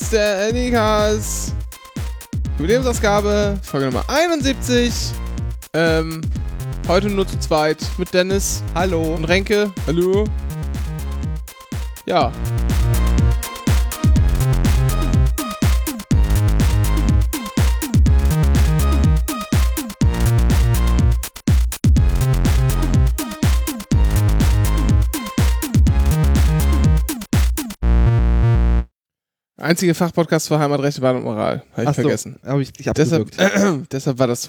ist der Anycast. Jubiläumsausgabe, Folge Nummer 71. Heute nur zu zweit mit Dennis. Hallo. Und Renke. Hallo. Ja. Einzige Fachpodcast für Heimatrecht, Wahl und Moral. Habe ich vergessen. Habe ich dich abgewürgt. Deshalb war das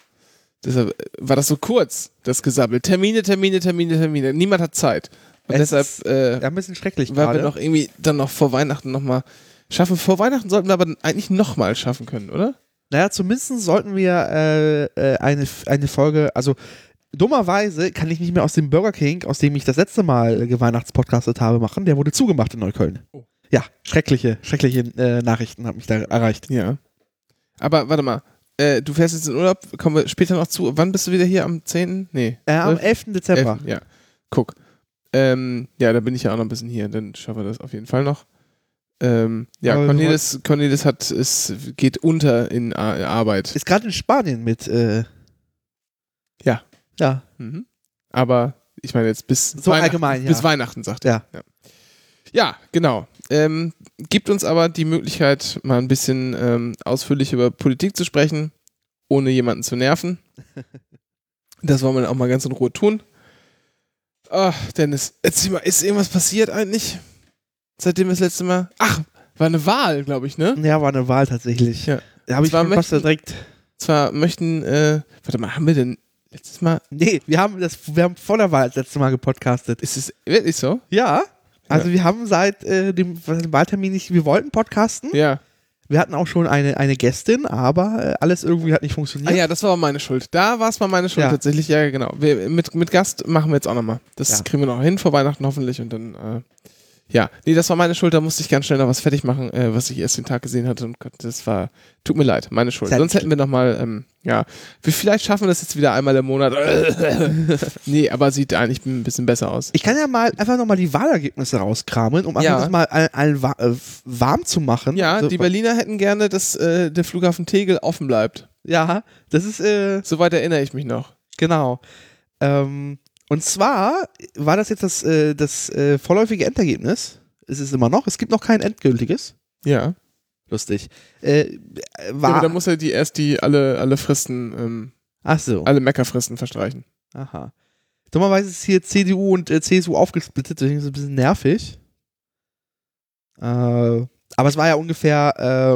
so kurz, das Gesabbel. Termine. Niemand hat Zeit. Und deshalb ein bisschen schrecklich weil gerade. wir noch irgendwie dann noch vor Weihnachten nochmal schaffen. Vor Weihnachten sollten wir aber eigentlich nochmal schaffen können, oder? Naja, zumindest sollten wir eine Folge, also dummerweise kann ich nicht mehr aus dem Burger King, aus dem ich das letzte Mal Weihnachtspodcastet habe, machen. Der wurde zugemacht in Neukölln. Oh. Ja, schreckliche Nachrichten haben mich da erreicht. Ja. Aber warte mal, du fährst jetzt in Urlaub, kommen wir später noch zu. Wann bist du wieder hier? Am 10.? Nee. Am 11. Dezember. 11. Ja, guck. Ja, da bin ich ja auch noch ein bisschen hier, dann schaffen wir das auf jeden Fall noch. Ja, Cornelis geht unter in Arbeit. Ist gerade in Spanien mit, Ja. Ja. Mhm. Aber ich meine jetzt bis so allgemein, bis Weihnachten, sagt er. Ja. Ja, genau. Gibt uns aber die Möglichkeit, mal ein bisschen ausführlich über Politik zu sprechen, ohne jemanden zu nerven. Das wollen wir dann auch mal ganz in Ruhe tun. Ach, Dennis, erzähl mal, ist irgendwas passiert eigentlich? Seitdem wir das letzte Mal... Ach, war eine Wahl, glaube ich, ne? Ja, war eine Wahl tatsächlich. Ja. Da habe ich schon fast direkt... Zwar möchten... warte mal, haben wir denn letztes Mal... Nee, wir haben vor der Wahl das letzte Mal gepodcastet. Ist es wirklich so? Ja. Also wir haben seit dem Wahltermin nicht, wir wollten podcasten. Ja. Wir hatten auch schon eine Gästin, aber alles irgendwie hat nicht funktioniert. Ah ja, das war meine Schuld. Da war es mal meine Schuld tatsächlich. Ja, genau. Mit Gast machen wir jetzt auch nochmal. Das kriegen wir noch hin vor Weihnachten hoffentlich und dann, nee, das war meine Schuld. Da musste ich ganz schnell noch was fertig machen, was ich erst den Tag gesehen hatte und das tut mir leid, meine Schuld. Sonst hätten wir nochmal, vielleicht schaffen wir das jetzt wieder einmal im Monat. Nee, aber sieht eigentlich ein bisschen besser aus. Ich kann ja mal einfach nochmal die Wahlergebnisse rauskramen, um einfach das mal allen warm zu machen. Ja, die Berliner hätten gerne, dass der Flughafen Tegel offen bleibt. Ja, das ist... Soweit erinnere ich mich noch. Genau. Und zwar war das jetzt das vorläufige Endergebnis. Es ist immer noch. Es gibt noch kein endgültiges. Ja. Lustig. Aber da muss er alle Fristen, alle Meckerfristen verstreichen. Aha. Dummerweise ist hier CDU und CSU aufgesplittet, deswegen ist es ein bisschen nervig. Aber es war ja ungefähr,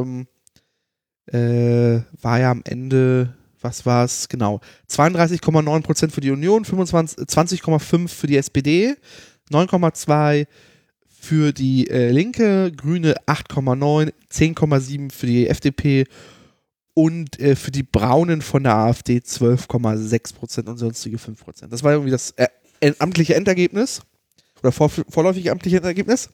war ja am Ende, was war es? Genau. 32,9% für die Union, 20,5% für die SPD, 9,2% für die Linke, Grüne 8,9%, 10,7% für die FDP und für die Braunen von der AfD 12,6% und sonstige 5%. Das war irgendwie das amtliche Endergebnis oder vorläufige amtliche Endergebnis.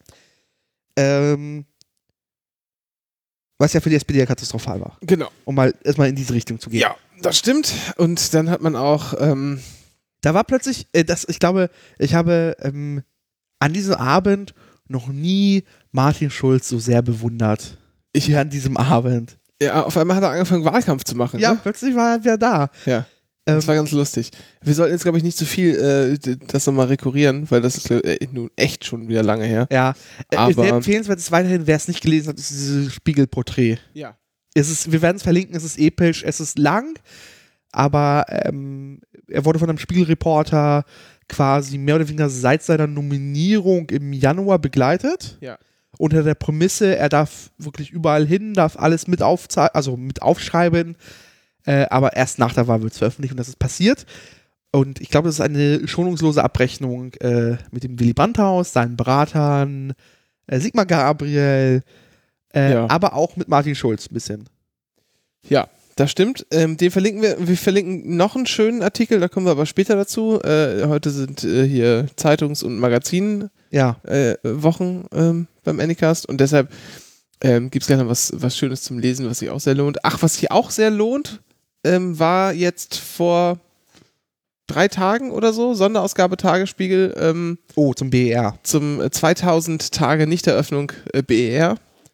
Was ja für die SPD ja katastrophal war. Genau. Um mal erstmal in diese Richtung zu gehen. Ja, das stimmt. Und dann hat man auch... da war plötzlich, ich glaube, ich habe an diesem Abend noch nie Martin Schulz so sehr bewundert. Ich an diesem Abend. Ja, auf einmal hat er angefangen, Wahlkampf zu machen. Ja, ne? Plötzlich war er wieder da. Ja. Das war ganz lustig. Wir sollten jetzt, glaube ich, nicht zu viel das nochmal rekurrieren, weil das ist nun echt schon wieder lange her. Ja, aber sehr empfehlenswert ist weiterhin, wer es nicht gelesen hat, ist dieses Spiegelporträt. Ja. Wir werden es verlinken, es ist episch, es ist lang, aber er wurde von einem Spiegelreporter quasi mehr oder weniger seit seiner Nominierung im Januar begleitet. Ja. Unter der Prämisse, er darf wirklich überall hin, darf alles mit aufschreiben, aber erst nach der Wahl wird es veröffentlicht und das ist passiert. Und ich glaube, das ist eine schonungslose Abrechnung mit dem Willy Brandt-Haus, seinen Beratern, Sigmar Gabriel, aber auch mit Martin Schulz ein bisschen. Ja, das stimmt. Den verlinken wir. Wir verlinken noch einen schönen Artikel, da kommen wir aber später dazu. Heute sind hier Zeitungs- und Magazin-Wochen beim Anycast und deshalb gibt es gleich noch was Schönes zum Lesen, was sich auch sehr lohnt. Ach, was sich auch sehr lohnt, war jetzt vor 3 Tagen oder so, Sonderausgabe Tagesspiegel. Zum BER. Zum 2000 Tage Nichteröffnung BER.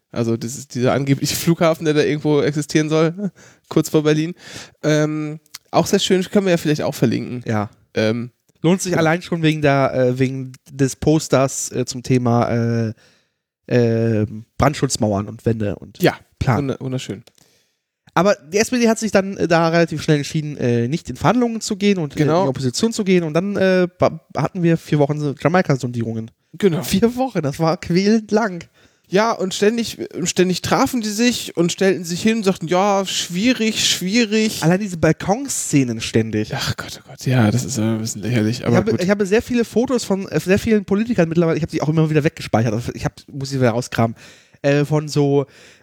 Also das ist dieser angebliche Flughafen, der da irgendwo existieren soll, kurz vor Berlin. Auch sehr schön, können wir ja vielleicht auch verlinken. Ja. Lohnt sich allein schon wegen des Posters zum Thema Brandschutzmauern und Wände und Plan. Wunderschön. Aber die SPD hat sich dann da relativ schnell entschieden, nicht in Verhandlungen zu gehen und in die Opposition zu gehen. Und dann hatten wir 4 Wochen Jamaika-Sondierungen. Genau. 4 Wochen, das war quälend lang. Ja, und ständig trafen die sich und stellten sich hin und sagten, ja, schwierig. Allein diese Balkonszenen ständig. Ach Gott, oh Gott, ja, das ist ein bisschen lächerlich. Aber ich habe sehr viele Fotos von sehr vielen Politikern mittlerweile, ich habe sie auch immer wieder weggespeichert, muss ich wieder rauskramen, von so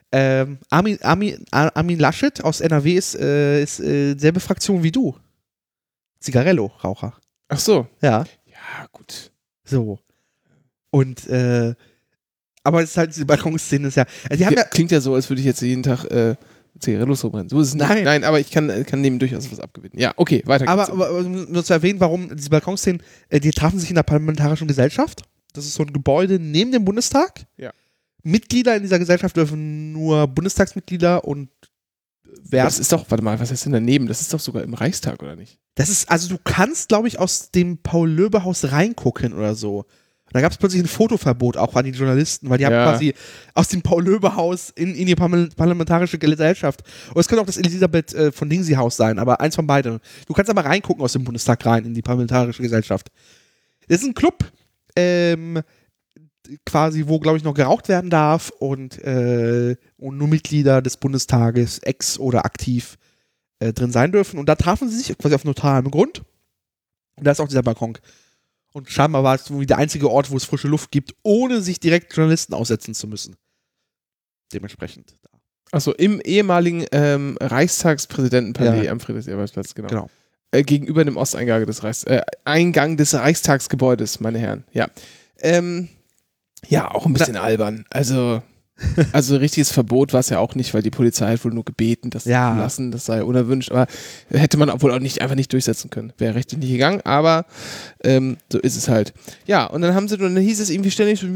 Armin Laschet aus NRW ist selbe Fraktion wie du. Zigarello-Raucher. Ach so. Ja. Ja, gut. So. Und aber es ist halt diese Balkonszene ist ja. Also klingt ja so, als würde ich jetzt jeden Tag Zigarillos verbrennen. So ist es nicht. Nein, aber ich kann neben durchaus was abgewinnen. Ja, okay, weiter geht's. Aber nur zu erwähnen, warum diese Balkonszenen, die trafen sich in der Parlamentarischen Gesellschaft. Das ist so ein Gebäude neben dem Bundestag. Ja. Mitglieder in dieser Gesellschaft dürfen nur Bundestagsmitglieder und das ist doch, warte mal, was heißt denn daneben? Das ist doch sogar im Reichstag, oder nicht? Das ist, also du kannst, glaube ich, aus dem Paul-Löbe-Haus reingucken oder so. Und da gab es plötzlich ein Fotoverbot auch an die Journalisten, weil die haben quasi aus dem Paul-Löbe-Haus in die Parlamentarische Gesellschaft. Und es könnte auch das Elisabeth von Dingsy-Haus sein, aber eins von beiden. Du kannst aber reingucken aus dem Bundestag rein in die Parlamentarische Gesellschaft. Das ist ein Club, quasi, wo, glaube ich, noch geraucht werden darf und nur Mitglieder des Bundestages, ex oder aktiv, drin sein dürfen. Und da trafen sie sich quasi auf neutralem Grund. Und da ist auch dieser Balkon. Und scheinbar war es so wie der einzige Ort, wo es frische Luft gibt, ohne sich direkt Journalisten aussetzen zu müssen. Dementsprechend. Achso, im ehemaligen Reichstagspräsidentenpalais am Friedrich-Ebert-Platz, genau. Gegenüber dem Osteingang des Eingang des Reichstagsgebäudes, meine Herren. Ja. Ja, auch ein bisschen albern. Also richtiges Verbot war es ja auch nicht, weil die Polizei hat wohl nur gebeten, das zu lassen. Das sei unerwünscht, aber hätte man wohl auch einfach nicht durchsetzen können. Wäre rechtlich nicht gegangen, aber so ist es halt. Ja, und dann hieß es irgendwie ständig so,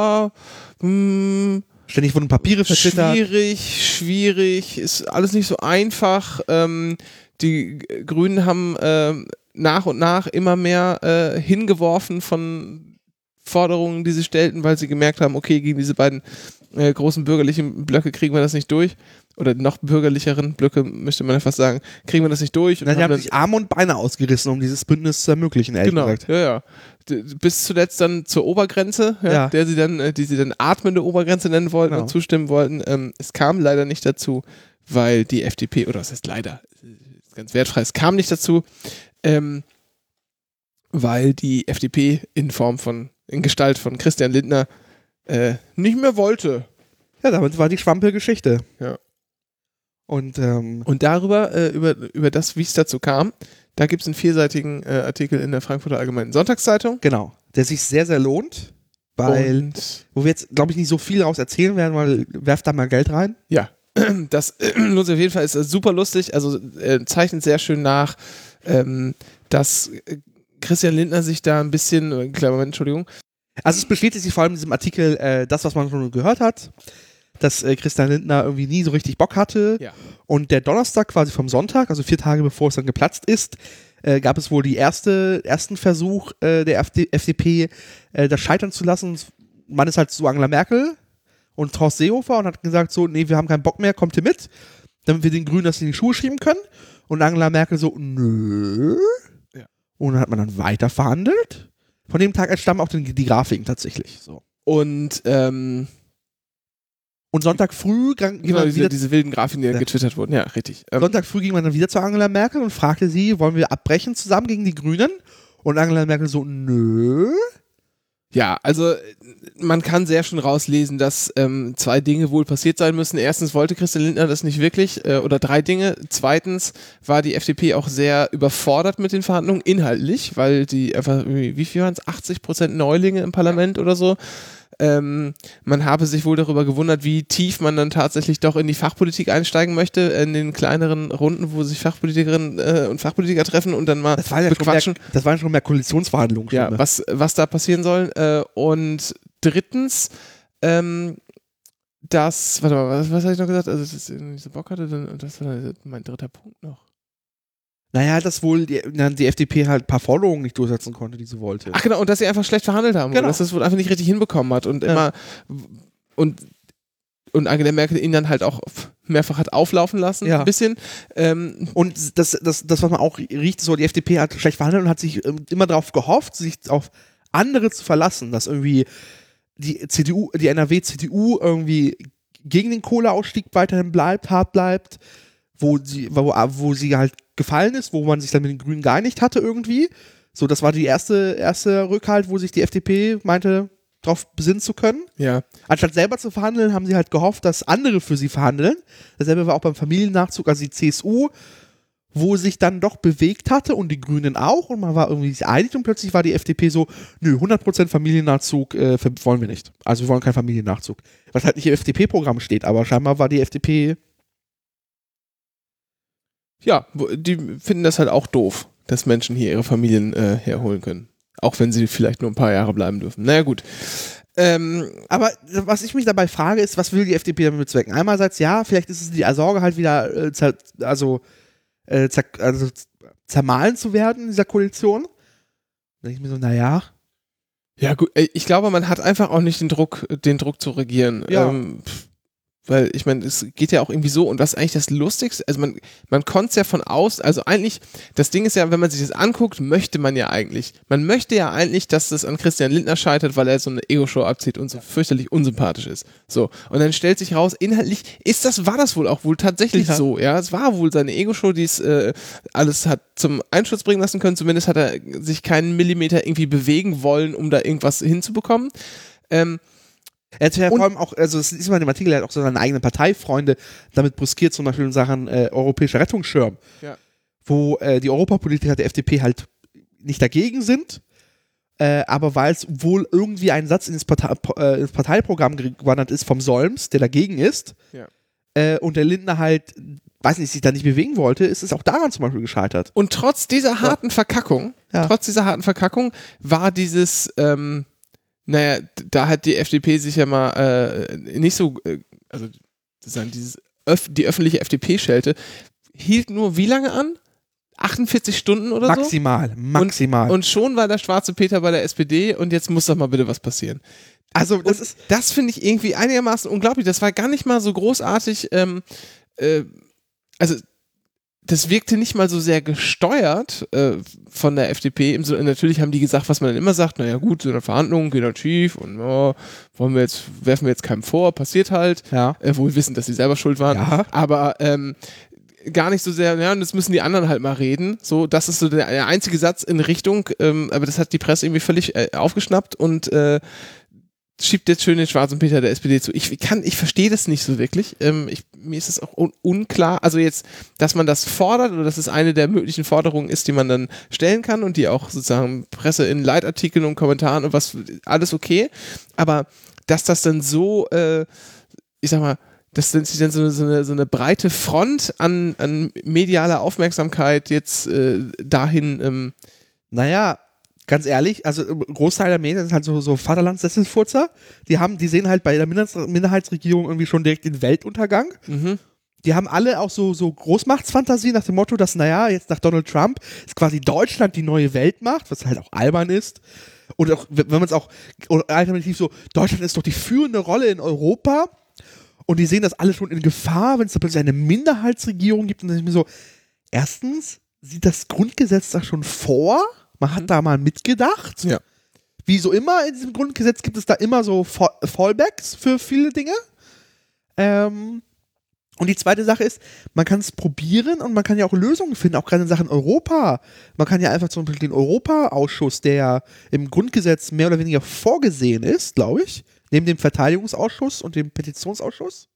ständig wurden Papiere vertwittert. Schwierig, ist alles nicht so einfach. Die Grünen haben nach und nach immer mehr hingeworfen von Forderungen, die sie stellten, weil sie gemerkt haben, okay, gegen diese beiden großen bürgerlichen Blöcke kriegen wir das nicht durch. Oder noch bürgerlicheren Blöcke, möchte man ja fast sagen, kriegen wir das nicht durch. Und die haben sich Arme und Beine ausgerissen, um dieses Bündnis zu ermöglichen, ehrlich gesagt. Ja. Bis zuletzt dann zur Obergrenze, die sie dann atmende Obergrenze nennen wollten und zustimmen wollten. Es kam leider nicht dazu, weil die FDP, oder was heißt leider, ist ganz wertfrei, es kam nicht dazu, weil die FDP in Gestalt von Christian Lindner nicht mehr wollte. Ja, damit war die Schwampel-Geschichte. Ja. Und darüber, über das, wie es dazu kam, da gibt es einen 4-seitigen Artikel in der Frankfurter Allgemeinen Sonntagszeitung. Genau, der sich sehr, sehr lohnt, weil, wo wir jetzt, glaube ich, nicht so viel daraus erzählen werden, weil werft da mal Geld rein. Ja, das lohnt sich auf jeden Fall, ist super lustig, also zeichnet sehr schön nach, dass Christian Lindner sich da ein bisschen, kleinen Moment, Entschuldigung. Also es bestätigt sich vor allem in diesem Artikel das, was man schon gehört hat, dass Christian Lindner irgendwie nie so richtig Bock hatte. Ja. Und der Donnerstag quasi vom Sonntag, also 4 Tage bevor es dann geplatzt ist, gab es wohl die ersten Versuch der FDP, das scheitern zu lassen. Man ist halt zu Angela Merkel und Horst Seehofer und hat gesagt so, nee, wir haben keinen Bock mehr, kommt ihr mit, damit wir den Grünen das in die Schuhe schieben können. Und Angela Merkel so, nö. Und dann hat man dann weiter verhandelt. Von dem Tag entstammen auch die Grafiken tatsächlich. So. Und Sonntag früh diese wilden Grafiken, die getwittert wurden. Ja, richtig. Sonntag früh ging man dann wieder zu Angela Merkel und fragte sie, wollen wir abbrechen zusammen gegen die Grünen? Und Angela Merkel so, nö. Ja, also man kann sehr schön rauslesen, dass 2 Dinge wohl passiert sein müssen. Erstens wollte Christian Lindner das nicht wirklich, oder 3 Dinge. Zweitens war die FDP auch sehr überfordert mit den Verhandlungen, inhaltlich, weil die einfach, wie viel waren es, 80% Neulinge im Parlament oder so. Man habe sich wohl darüber gewundert, wie tief man dann tatsächlich doch in die Fachpolitik einsteigen möchte, in den kleineren Runden, wo sich Fachpolitikerinnen und Fachpolitiker treffen und dann mal bequatschen. Das waren schon mehr Koalitionsverhandlungen. Ja, was da passieren soll. Und drittens, warte mal, was habe ich noch gesagt? Also, dass ich nicht so Bock hatte, dann, das war mein dritter Punkt noch. Naja, dass wohl die FDP halt ein paar Forderungen nicht durchsetzen konnte, die sie wollte. Ach genau, und dass sie einfach schlecht verhandelt haben. Genau. Und dass das wohl einfach nicht richtig hinbekommen hat. Und immer und Angela Merkel ihn dann halt auch mehrfach hat auflaufen lassen, ein bisschen. Und das, was man auch riecht, so die FDP hat schlecht verhandelt und hat sich immer darauf gehofft, sich auf andere zu verlassen, dass irgendwie die NRW-CDU irgendwie gegen den Kohleausstieg weiterhin hart bleibt, wo sie halt gefallen ist, wo man sich dann mit den Grünen geeinigt hatte irgendwie. So, das war die erste Rückhalt, wo sich die FDP meinte, drauf besinnen zu können. Ja. Anstatt selber zu verhandeln, haben sie halt gehofft, dass andere für sie verhandeln. Dasselbe war auch beim Familiennachzug, also die CSU, wo sich dann doch bewegt hatte und die Grünen auch und man war irgendwie sich einig und plötzlich war die FDP so, nö, 100% Familiennachzug wollen wir nicht. Also wir wollen keinen Familiennachzug. Was halt nicht im FDP-Programm steht, aber scheinbar war die FDP... Ja, die finden das halt auch doof, dass Menschen hier ihre Familien herholen können. Auch wenn sie vielleicht nur ein paar Jahre bleiben dürfen. Naja, gut. Aber was ich mich dabei frage, ist, was will die FDP damit bezwecken? Einerseits, ja, vielleicht ist es die Sorge halt wieder zermahlen zu werden in dieser Koalition. Da denke ich mir so, naja. Ja, gut, ich glaube, man hat einfach auch nicht den Druck zu regieren. Ja. Weil, ich meine, es geht ja auch irgendwie so, und was eigentlich das Lustigste, also man konnte es ja von außen, also eigentlich, das Ding ist ja, wenn man sich das anguckt, man möchte ja eigentlich, dass das an Christian Lindner scheitert, weil er so eine Ego-Show abzieht und so fürchterlich unsympathisch ist. So. Und dann stellt sich raus, inhaltlich war das wohl auch tatsächlich so, ja. Es war wohl seine Ego-Show, die es alles hat zum Einsturz bringen lassen können, zumindest hat er sich keinen Millimeter irgendwie bewegen wollen, um da irgendwas hinzubekommen. Er hat ja vor allem auch, also das ist mal im Artikel, er hat auch so seine eigenen Parteifreunde damit bruskiert, zum Beispiel in Sachen europäischer Rettungsschirm, wo die Europapolitiker der FDP halt nicht dagegen sind, aber weil es wohl irgendwie ein Satz ins Parteiprogramm gewandert ist vom Solms, der dagegen ist, und der Lindner halt, weiß nicht, sich da nicht bewegen wollte, ist es auch daran zum Beispiel gescheitert. Und trotz dieser harten Verkackung, war dieses naja, da hat die FDP sich ja mal nicht so, also sozusagen die öffentliche FDP-Schelte hielt nur wie lange an? 48 Stunden oder maximal, so? Maximal. Und schon war der schwarze Peter bei der SPD und jetzt muss doch mal bitte was passieren. Also das finde ich irgendwie einigermaßen unglaublich. Das war gar nicht mal so großartig, also das wirkte nicht mal so sehr gesteuert von der FDP. Natürlich haben die gesagt, was man dann immer sagt, naja gut, so eine Verhandlung geht dann schief und werfen wir jetzt keinem vor, passiert halt. Ja. Wohl wissen, dass sie selber schuld waren. Ja. Aber gar nicht so sehr, ja, und jetzt müssen die anderen halt mal reden. So, das ist so der einzige Satz in Richtung, aber das hat die Presse irgendwie völlig aufgeschnappt und schiebt jetzt schön den schwarzen Peter der SPD zu. Ich verstehe das nicht so wirklich. Mir ist es auch unklar. Also jetzt, dass man das fordert oder dass es eine der möglichen Forderungen ist, die man dann stellen kann und die auch sozusagen Presse in Leitartikeln und Kommentaren und was, alles okay. Aber dass das dann so, ich sag mal, dass sich dann so eine breite Front an medialer Aufmerksamkeit jetzt dahin. Naja, ganz ehrlich, also Großteil der Medien sind halt so Vaterlandssesselfurzer. Die sehen halt bei der Minderheitsregierung irgendwie schon direkt den Weltuntergang. Mhm. Die haben alle auch so Großmachtsfantasie nach dem Motto, dass, naja, jetzt nach Donald Trump ist quasi Deutschland die neue Weltmacht, was halt auch albern ist. Und auch, wenn man es auch, oder alternativ so, Deutschland ist doch die führende Rolle in Europa. Und die sehen das alle schon in Gefahr, wenn es da plötzlich eine Minderheitsregierung gibt. Und dann ist mir so, erstens sieht das Grundgesetz da schon vor. Man hat da mal mitgedacht. Ja. Wie so immer in diesem Grundgesetz gibt es da immer so Fallbacks für viele Dinge. Und die zweite Sache ist, man kann es probieren und man kann ja auch Lösungen finden, auch gerade in Sachen Europa. Man kann ja einfach zum Beispiel den Europa-Ausschuss, der ja im Grundgesetz mehr oder weniger vorgesehen ist, glaube ich, neben dem Verteidigungsausschuss und dem Petitionsausschuss.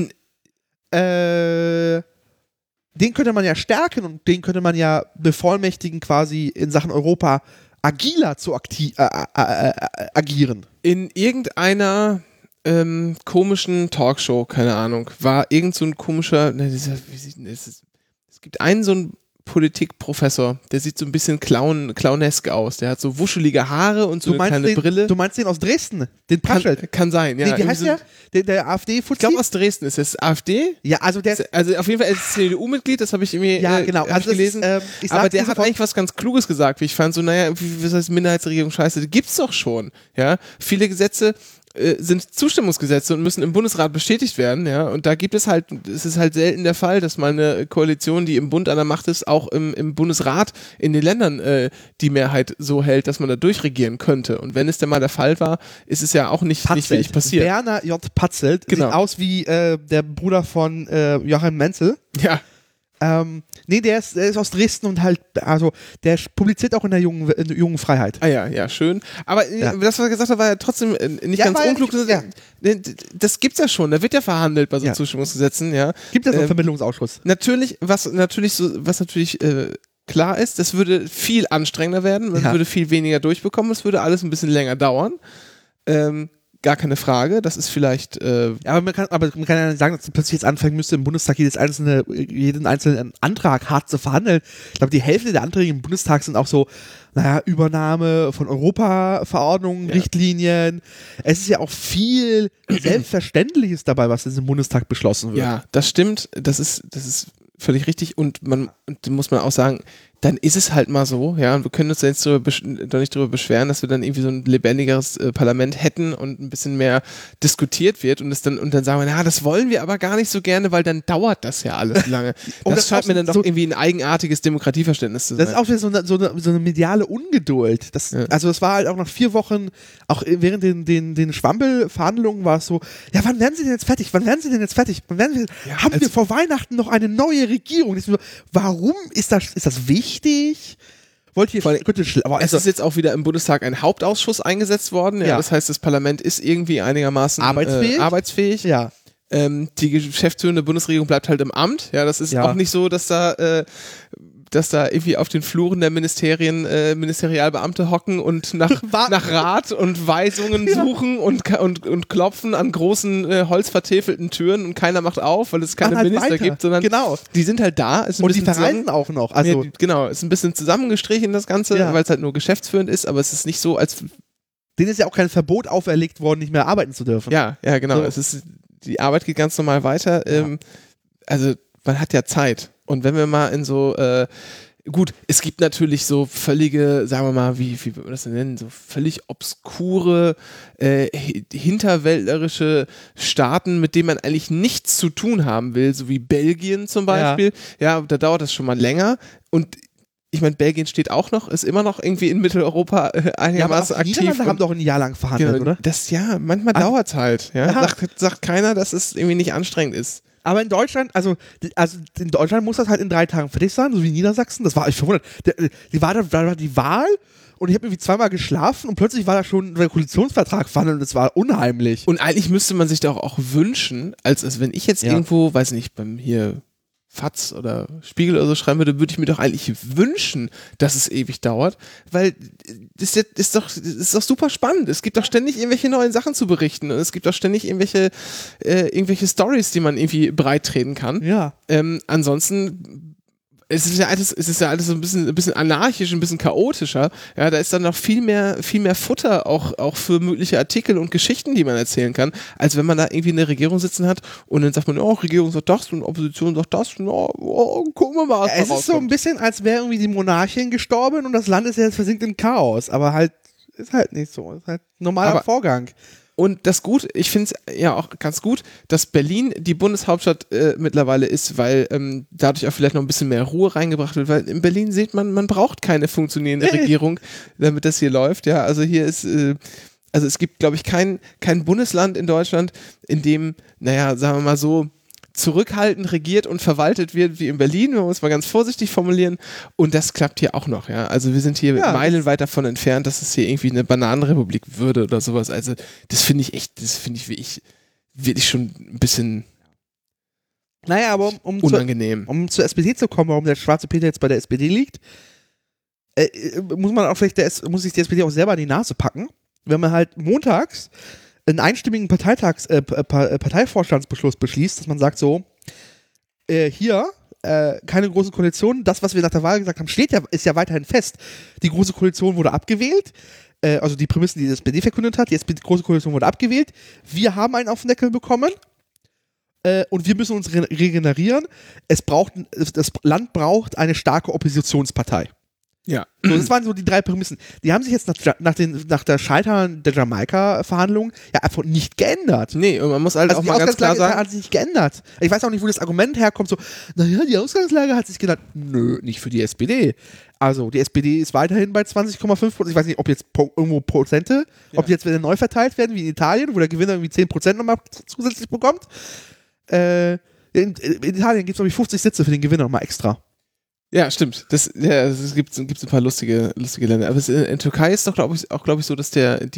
Den könnte man ja stärken und den könnte man ja bevollmächtigen, quasi in Sachen Europa agiler zu agieren. In irgendeiner komischen Talkshow, keine Ahnung, war irgend so ein komischer, es gibt einen so einen Politikprofessor. Der sieht so ein bisschen clownesk aus. Der hat so wuschelige Haare und so eine kleine Brille. Du meinst den aus Dresden? Den Paschelt? Kann sein, ja. Nee, wie heißt der AfD-Fuzzi? Ich glaube aus Dresden. Ist das AfD? Ja, also auf jeden Fall ist es CDU-Mitglied, das habe ich irgendwie genau. Also gelesen. Aber der hat eigentlich was ganz Kluges gesagt, wie ich fand. So, naja, was heißt Minderheitsregierung? Scheiße, die gibt's doch schon. Ja, viele Gesetze sind Zustimmungsgesetze und müssen im Bundesrat bestätigt werden, ja, und da es ist halt selten der Fall, dass mal eine Koalition, die im Bund an der Macht ist, auch im Bundesrat in den Ländern die Mehrheit so hält, dass man da durchregieren könnte. Und wenn es denn mal der Fall war, ist es ja auch nicht wirklich passiert. Werner J. Patzelt, genau. Sieht aus wie der Bruder von Joachim Menzel. Ja. Nee, der ist aus Dresden und halt, also der publiziert auch in der jungen Freiheit. Ah ja, schön. Aber das, was er gesagt hat, war ja trotzdem nicht ganz unklug. Das gibt's ja schon, da wird ja verhandelt bei so Zustimmungsgesetzen, ja. Gibt ja so einen Vermittlungsausschuss. Natürlich, was natürlich klar ist, das würde viel anstrengender werden, man würde viel weniger durchbekommen, es würde alles ein bisschen länger dauern. Gar keine Frage, das ist vielleicht. Aber man kann ja nicht sagen, dass plötzlich jetzt anfangen müsste, im Bundestag jeden einzelnen Antrag hart zu verhandeln. Ich glaube, die Hälfte der Anträge im Bundestag sind auch so, Übernahme von Europa-Verordnungen, Richtlinien. Es ist ja auch viel Selbstverständliches dabei, was jetzt im Bundestag beschlossen wird. Ja, das stimmt. Das ist völlig richtig. Und muss man auch sagen, dann ist es halt mal so, ja, und wir können uns da jetzt doch nicht darüber beschweren, dass wir dann irgendwie so ein lebendigeres Parlament hätten und ein bisschen mehr diskutiert wird und dann sagen wir, das wollen wir aber gar nicht so gerne, weil dann dauert das ja alles lange. Das scheint mir dann doch irgendwie ein eigenartiges Demokratieverständnis zu sein. Das ist auch wieder so eine mediale Ungeduld. Also es war halt auch nach 4 Wochen, auch während den Schwampel-Verhandlungen war es so, ja, wann werden sie denn jetzt fertig? Haben wir vor Weihnachten noch eine neue Regierung? Warum ist das wichtig? Es ist jetzt auch wieder im Bundestag ein Hauptausschuss eingesetzt worden. Ja. Das heißt, das Parlament ist irgendwie einigermaßen arbeitsfähig. Ja. Die geschäftsführende Bundesregierung bleibt halt im Amt. Ja, das ist auch nicht so, dass da irgendwie auf den Fluren der Ministerien Ministerialbeamte hocken und nach Rat und Weisungen suchen und klopfen an großen holzvertäfelten Türen und keiner macht auf, weil es keine Minister gibt, sondern die sind halt da. Und die verreisen auch noch. Also ist ein bisschen zusammengestrichen das Ganze, weil es halt nur geschäftsführend ist, aber es ist nicht so, als denen ist ja auch kein Verbot auferlegt worden, nicht mehr arbeiten zu dürfen. Ja, genau. So. Die Arbeit geht ganz normal weiter. Also man hat ja Zeit. Und wenn wir mal in so, gut, es gibt natürlich so völlige, sagen wir mal, wie würde man das denn nennen, so völlig obskure, hinterwäldlerische Staaten, mit denen man eigentlich nichts zu tun haben will, so wie Belgien zum Beispiel. Ja, da dauert das schon mal länger. Und ich meine, Belgien steht auch noch, ist immer noch irgendwie in Mitteleuropa einigermaßen aktiv. Die Niederlande haben doch ein Jahr lang verhandelt, oder? Manchmal dauert es halt. Ja? Sagt keiner, dass es irgendwie nicht anstrengend ist. Aber in Deutschland, also in Deutschland muss das halt in 3 Tagen fertig sein, so wie Niedersachsen. Das war ich verwundert. Da war die Wahl und ich habe irgendwie 2-mal geschlafen und plötzlich war da schon der Koalitionsvertrag verhandelt und es war unheimlich. Und eigentlich müsste man sich doch auch wünschen, als wenn ich jetzt irgendwo, weiß nicht, beim hier FAZ oder Spiegel oder so schreiben würde, würde ich mir doch eigentlich wünschen, dass es ewig dauert, weil das ist doch super spannend. Es gibt doch ständig irgendwelche neuen Sachen zu berichten und es gibt doch ständig irgendwelche Storys, die man irgendwie breittreten kann. Ja. Ansonsten es ist ja alles so ein bisschen anarchisch, ein bisschen chaotischer. Ja, da ist dann noch viel mehr Futter auch für mögliche Artikel und Geschichten, die man erzählen kann, als wenn man da irgendwie eine Regierung sitzen hat und dann sagt man, Regierung sagt das und Opposition sagt das und gucken wir mal, was da rauskommt. Es ist so ein bisschen, als wäre irgendwie die Monarchin gestorben und das Land ist jetzt versinkt im Chaos, aber halt ist halt nicht so, ist halt ein normaler Vorgang. Und das Gute, ich finde es ja auch ganz gut, dass Berlin die Bundeshauptstadt mittlerweile ist, weil dadurch auch vielleicht noch ein bisschen mehr Ruhe reingebracht wird, weil in Berlin sieht man braucht keine funktionierende Regierung, damit das hier läuft. Ja, also hier ist, also es gibt, glaube ich, kein Bundesland in Deutschland, in dem, sagen wir mal so, zurückhaltend regiert und verwaltet wird wie in Berlin, wenn wir es mal ganz vorsichtig formulieren, und das klappt hier auch noch, ja, also wir sind hier meilenweit davon entfernt, dass es hier irgendwie eine Bananenrepublik würde oder sowas, also das finde ich wirklich schon ein bisschen aber unangenehm. Um zur SPD zu kommen, warum der schwarze Peter jetzt bei der SPD liegt, muss sich die SPD auch selber an die Nase packen, wenn man halt montags einen einstimmigen Parteivorstandsbeschluss beschließt, dass man sagt so, hier, keine große Koalition. Das, was wir nach der Wahl gesagt haben, ist ja weiterhin fest. Die große Koalition wurde abgewählt. Also die Prämissen, die SPD verkündet hat. Die große Koalition wurde abgewählt. Wir haben einen auf den Deckel bekommen. Und wir müssen uns regenerieren. Das Land braucht eine starke Oppositionspartei. Ja. So, das waren so die 3 Prämissen. Die haben sich jetzt nach der Scheitern der Jamaika-Verhandlungen ja einfach nicht geändert. Nee, und man muss halt also auch mal ganz klar sagen, hat sich nicht geändert. Ich weiß auch nicht, wo das Argument herkommt, so, naja, die Ausgangslage hat sich geändert. Nö, nicht für die SPD. Also, die SPD ist weiterhin bei 20,5%. Ich weiß nicht, ob jetzt irgendwo Prozente, ob die jetzt wieder neu verteilt werden, wie in Italien, wo der Gewinner irgendwie 10% nochmal zusätzlich bekommt. In Italien gibt es, glaube ich, 50 Sitze für den Gewinner nochmal extra. Ja, stimmt. Es gibt ein paar lustige Länder. Aber in Türkei ist doch, glaube ich, so, dass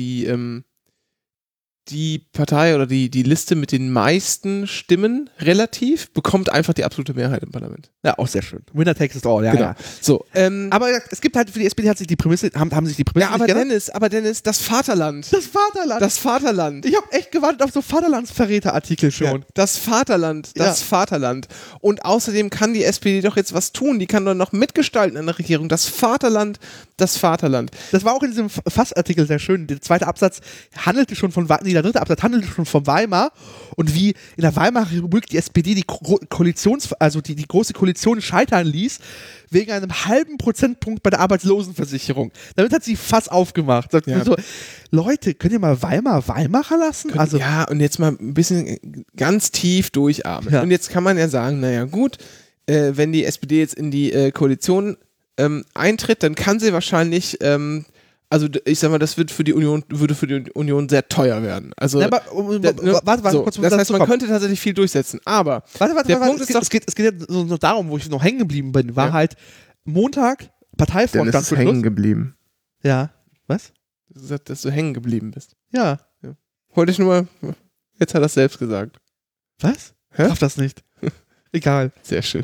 die Partei oder die Liste mit den meisten Stimmen relativ bekommt einfach die absolute Mehrheit im Parlament. Ja, auch sehr schön. Winner takes it all, ja. Genau. Ja. So, aber es gibt halt für die SPD haben sich die Prämisse ja, aber Dennis, das Vaterland. Das Vaterland. Das Vaterland. Ich habe echt gewartet auf so Vaterlandsverräterartikel schon. Ja, das Vaterland. Und außerdem kann die SPD doch jetzt was tun. Die kann doch noch mitgestalten in der Regierung. Das Vaterland. Das war auch in diesem Fassartikel sehr schön. Der zweite Absatz handelte schon von der dritte Absatz handelte schon von Weimar und wie in der Weimarer Republik die SPD die große Koalition scheitern ließ, wegen einem halben Prozentpunkt bei der Arbeitslosenversicherung. Damit hat sie Fass aufgemacht. Ja. So, Leute, könnt ihr mal Weimarer lassen? Ja, und jetzt mal ein bisschen ganz tief durchatmen. Ja. Und jetzt kann man ja sagen, naja gut, wenn die SPD jetzt in die Koalition eintritt, dann kann sie wahrscheinlich also ich sag mal, das würde für die Union sehr teuer werden. Also, ja, aber, warte, so, kurz. Das heißt, man könnte tatsächlich viel durchsetzen. Aber der Punkt ist doch, es geht ja so noch darum, wo ich noch hängen geblieben bin, war halt Montag Parteivorstand. Dann ist es hängen geblieben. Ja. Was? Dass du hängen geblieben bist. Ja. Wollte ich nur mal, jetzt hat er es selbst gesagt. Was? Hä? Ich darf das nicht. Egal. Sehr schön.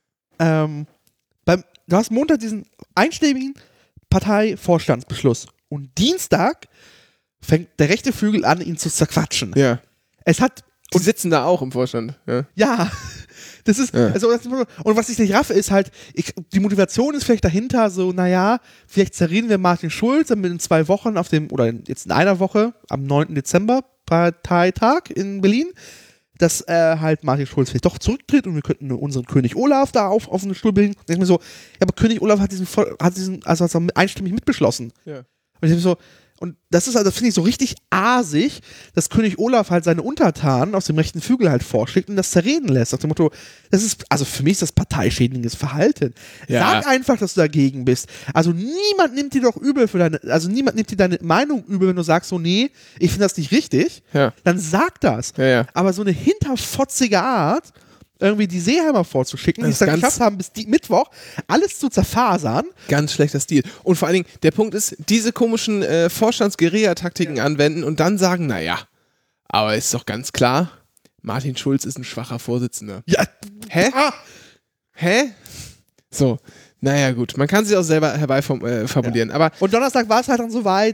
Du hast Montag diesen einstimmigen Parteivorstandsbeschluss. Und Dienstag fängt der rechte Flügel an, ihn zu zerquatschen. Ja. Die sitzen da auch im Vorstand. Ja. Das ist, und was ich nicht raffe, ist halt, die Motivation ist vielleicht dahinter so, naja, vielleicht zerreden wir Martin Schulz dann in 2 Wochen jetzt in einer Woche, am 9. Dezember, Parteitag in Berlin, dass halt Martin Schulz vielleicht doch zurücktritt und wir könnten unseren König Olaf da auf den Stuhl bringen. Und ich mir so, ja, aber König Olaf hat diesen einstimmig mitbeschlossen. Ja. Und ich mir so, und das ist also, finde ich, so richtig asig, dass König Olaf halt seine Untertanen aus dem rechten Flügel halt vorschlägt und das zerreden lässt. Nach dem Motto, also für mich ist das parteischädigendes Verhalten. Ja. Sag einfach, dass du dagegen bist. Also niemand nimmt dir deine Meinung übel, wenn du sagst so, nee, ich finde das nicht richtig. Ja. Dann sag das. Ja. Aber so eine hinterfotzige Art, irgendwie die Seeheimer vorzuschicken, die es dann geschafft haben, bis Mittwoch alles zu zerfasern. Ganz schlechter Stil. Und vor allen Dingen, der Punkt ist, diese komischen Vorstands-Guerilla-Taktiken anwenden und dann sagen, naja, aber ist doch ganz klar, Martin Schulz ist ein schwacher Vorsitzender. Ja. Hä? So, naja gut, man kann sich auch selber herbeiformulieren. Aber und Donnerstag war es halt dann soweit,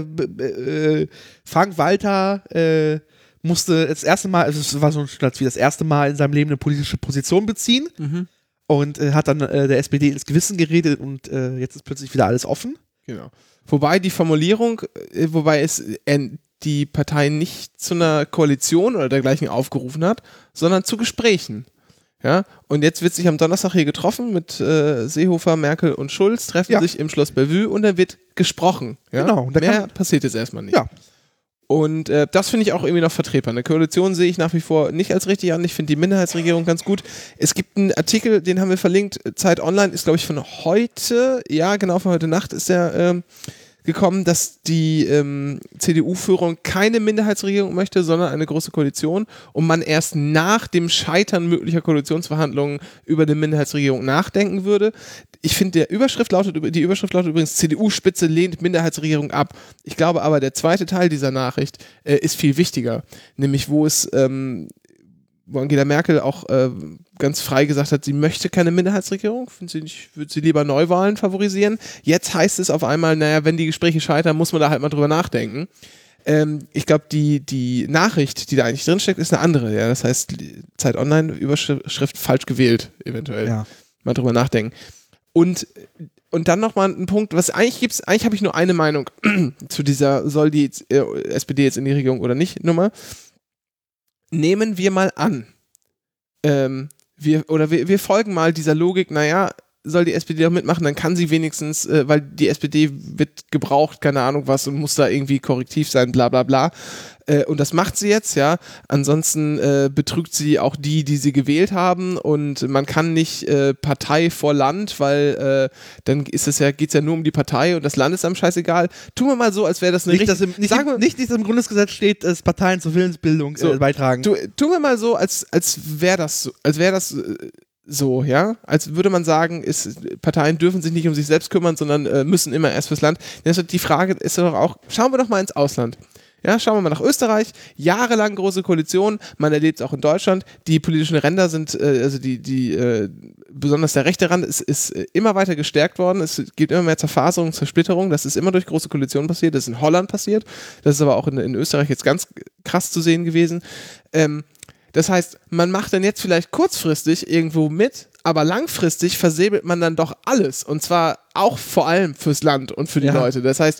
Frank Walter musste das erste Mal, also es war so wie das erste Mal in seinem Leben eine politische Position beziehen und hat dann der SPD ins Gewissen geredet und jetzt ist plötzlich wieder alles offen. Genau. Wobei die Formulierung, wobei es die Partei nicht zu einer Koalition oder dergleichen aufgerufen hat, sondern zu Gesprächen. Ja, und jetzt wird sich am Donnerstag hier getroffen mit Seehofer, Merkel und Schulz, treffen sich im Schloss Bellevue und dann wird gesprochen. Ja? Genau. Und mehr passiert jetzt erstmal nicht. Ja. Und das finde ich auch irgendwie noch vertretbar. Eine Koalition sehe ich nach wie vor nicht als richtig an. Ich finde die Minderheitsregierung ganz gut. Es gibt einen Artikel, den haben wir verlinkt. Zeit Online ist, glaube ich, von heute. Ja, genau, von heute Nacht ist der gekommen, dass die CDU-Führung keine Minderheitsregierung möchte, sondern eine große Koalition und man erst nach dem Scheitern möglicher Koalitionsverhandlungen über eine Minderheitsregierung nachdenken würde. Ich finde, die Überschrift lautet übrigens, CDU-Spitze lehnt Minderheitsregierung ab. Ich glaube aber, der zweite Teil dieser Nachricht ist viel wichtiger, nämlich wo Angela Merkel auch ganz frei gesagt hat, sie möchte keine Minderheitsregierung, würde sie lieber Neuwahlen favorisieren. Jetzt heißt es auf einmal, naja, wenn die Gespräche scheitern, muss man da halt mal drüber nachdenken. Ich glaube, die Nachricht, die da eigentlich drinsteckt, ist eine andere. Ja? Das heißt, Zeit Online-Überschrift falsch gewählt, eventuell. Ja. Mal drüber nachdenken. Und dann nochmal ein Punkt, eigentlich habe ich nur eine Meinung zu dieser, soll die SPD jetzt in die Regierung oder nicht, Nummer. Nehmen wir mal an, wir folgen mal dieser Logik, naja, soll die SPD auch mitmachen, dann kann sie wenigstens, weil die SPD wird gebraucht, keine Ahnung was, und muss da irgendwie korrektiv sein, bla bla bla. Und das macht sie jetzt, ja. Ansonsten betrügt sie auch die sie gewählt haben, und man kann nicht Partei vor Land, weil dann geht's ja nur um die Partei und das Land ist einem scheißegal. Tun wir mal so, als wäre das eine nicht, dass im Grundgesetz steht, dass Parteien zur Willensbildung beitragen. Tun wir mal so, als wäre das so, ja, als würde man sagen, Parteien dürfen sich nicht um sich selbst kümmern, sondern müssen immer erst fürs Land. Die Frage ist doch auch, schauen wir doch mal ins Ausland. Ja, schauen wir mal nach Österreich, jahrelang große Koalition, man erlebt es auch in Deutschland, die politischen Ränder sind, besonders der rechte Rand ist immer weiter gestärkt worden, es gibt immer mehr Zerfaserung, Zersplitterung, das ist immer durch große Koalitionen passiert, das ist in Holland passiert, das ist aber auch in Österreich jetzt ganz krass zu sehen gewesen. Das heißt, man macht dann jetzt vielleicht kurzfristig irgendwo mit, aber langfristig versäbelt man dann doch alles. Und zwar auch vor allem fürs Land und für die Leute. Das heißt,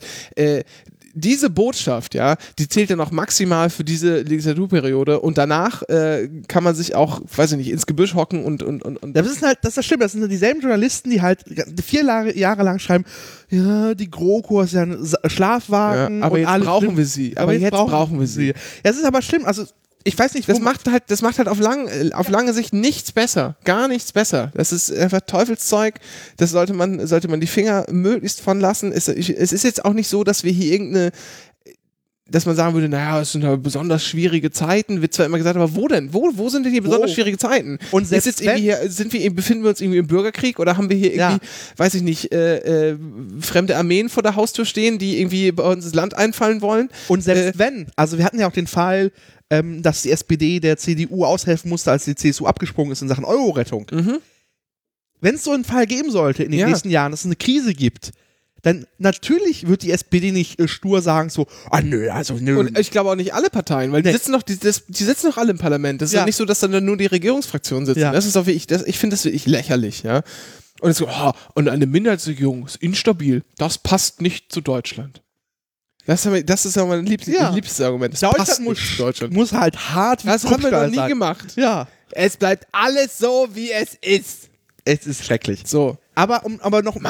diese Botschaft, ja, die zählt ja noch maximal für diese Legislaturperiode, und danach kann man sich auch, weiß ich nicht, ins Gebüsch hocken und Das ist halt, das stimmt, das sind dieselben Journalisten, die halt 4 Jahre lang schreiben, ja, die GroKo ist ja ein Schlafwagen. Ja, aber jetzt brauchen wir sie. Aber jetzt brauchen wir sie. Ja, das ist aber schlimm, also ich weiß nicht, das macht halt auf lange Sicht nichts besser. Gar nichts besser. Das ist einfach Teufelszeug. Das sollte man die Finger möglichst von lassen. Es ist jetzt auch nicht so, dass wir hier dass man sagen würde, naja, es sind ja besonders schwierige Zeiten, wird zwar immer gesagt, aber wo denn? Wo sind denn hier besonders schwierige Zeiten? Und selbst befinden wir uns irgendwie im Bürgerkrieg, oder haben wir hier irgendwie, weiß ich nicht, fremde Armeen vor der Haustür stehen, die irgendwie bei uns das Land einfallen wollen? Und selbst wenn, also wir hatten ja auch den Fall, dass die SPD der CDU aushelfen musste, als die CSU abgesprungen ist in Sachen Euro-Rettung. Mhm. Wenn es so einen Fall geben sollte in den nächsten Jahren, dass es eine Krise gibt, dann natürlich wird die SPD nicht stur sagen so, nö. Und ich glaube auch nicht alle Parteien, weil die sitzen noch alle im Parlament. Das ist ja nicht so, dass dann nur die Regierungsfraktionen sitzen. Ja. Das ist auch ich finde das wirklich lächerlich, ja. Und so, und eine Minderheitsregierung ist instabil. Das passt nicht zu Deutschland. Das ist ja mein liebstes Argument. Das Deutschland muss halt hart wie Das haben wir noch nie gemacht. Ja. Es bleibt alles so, wie es ist. Es ist schrecklich. So. Aber um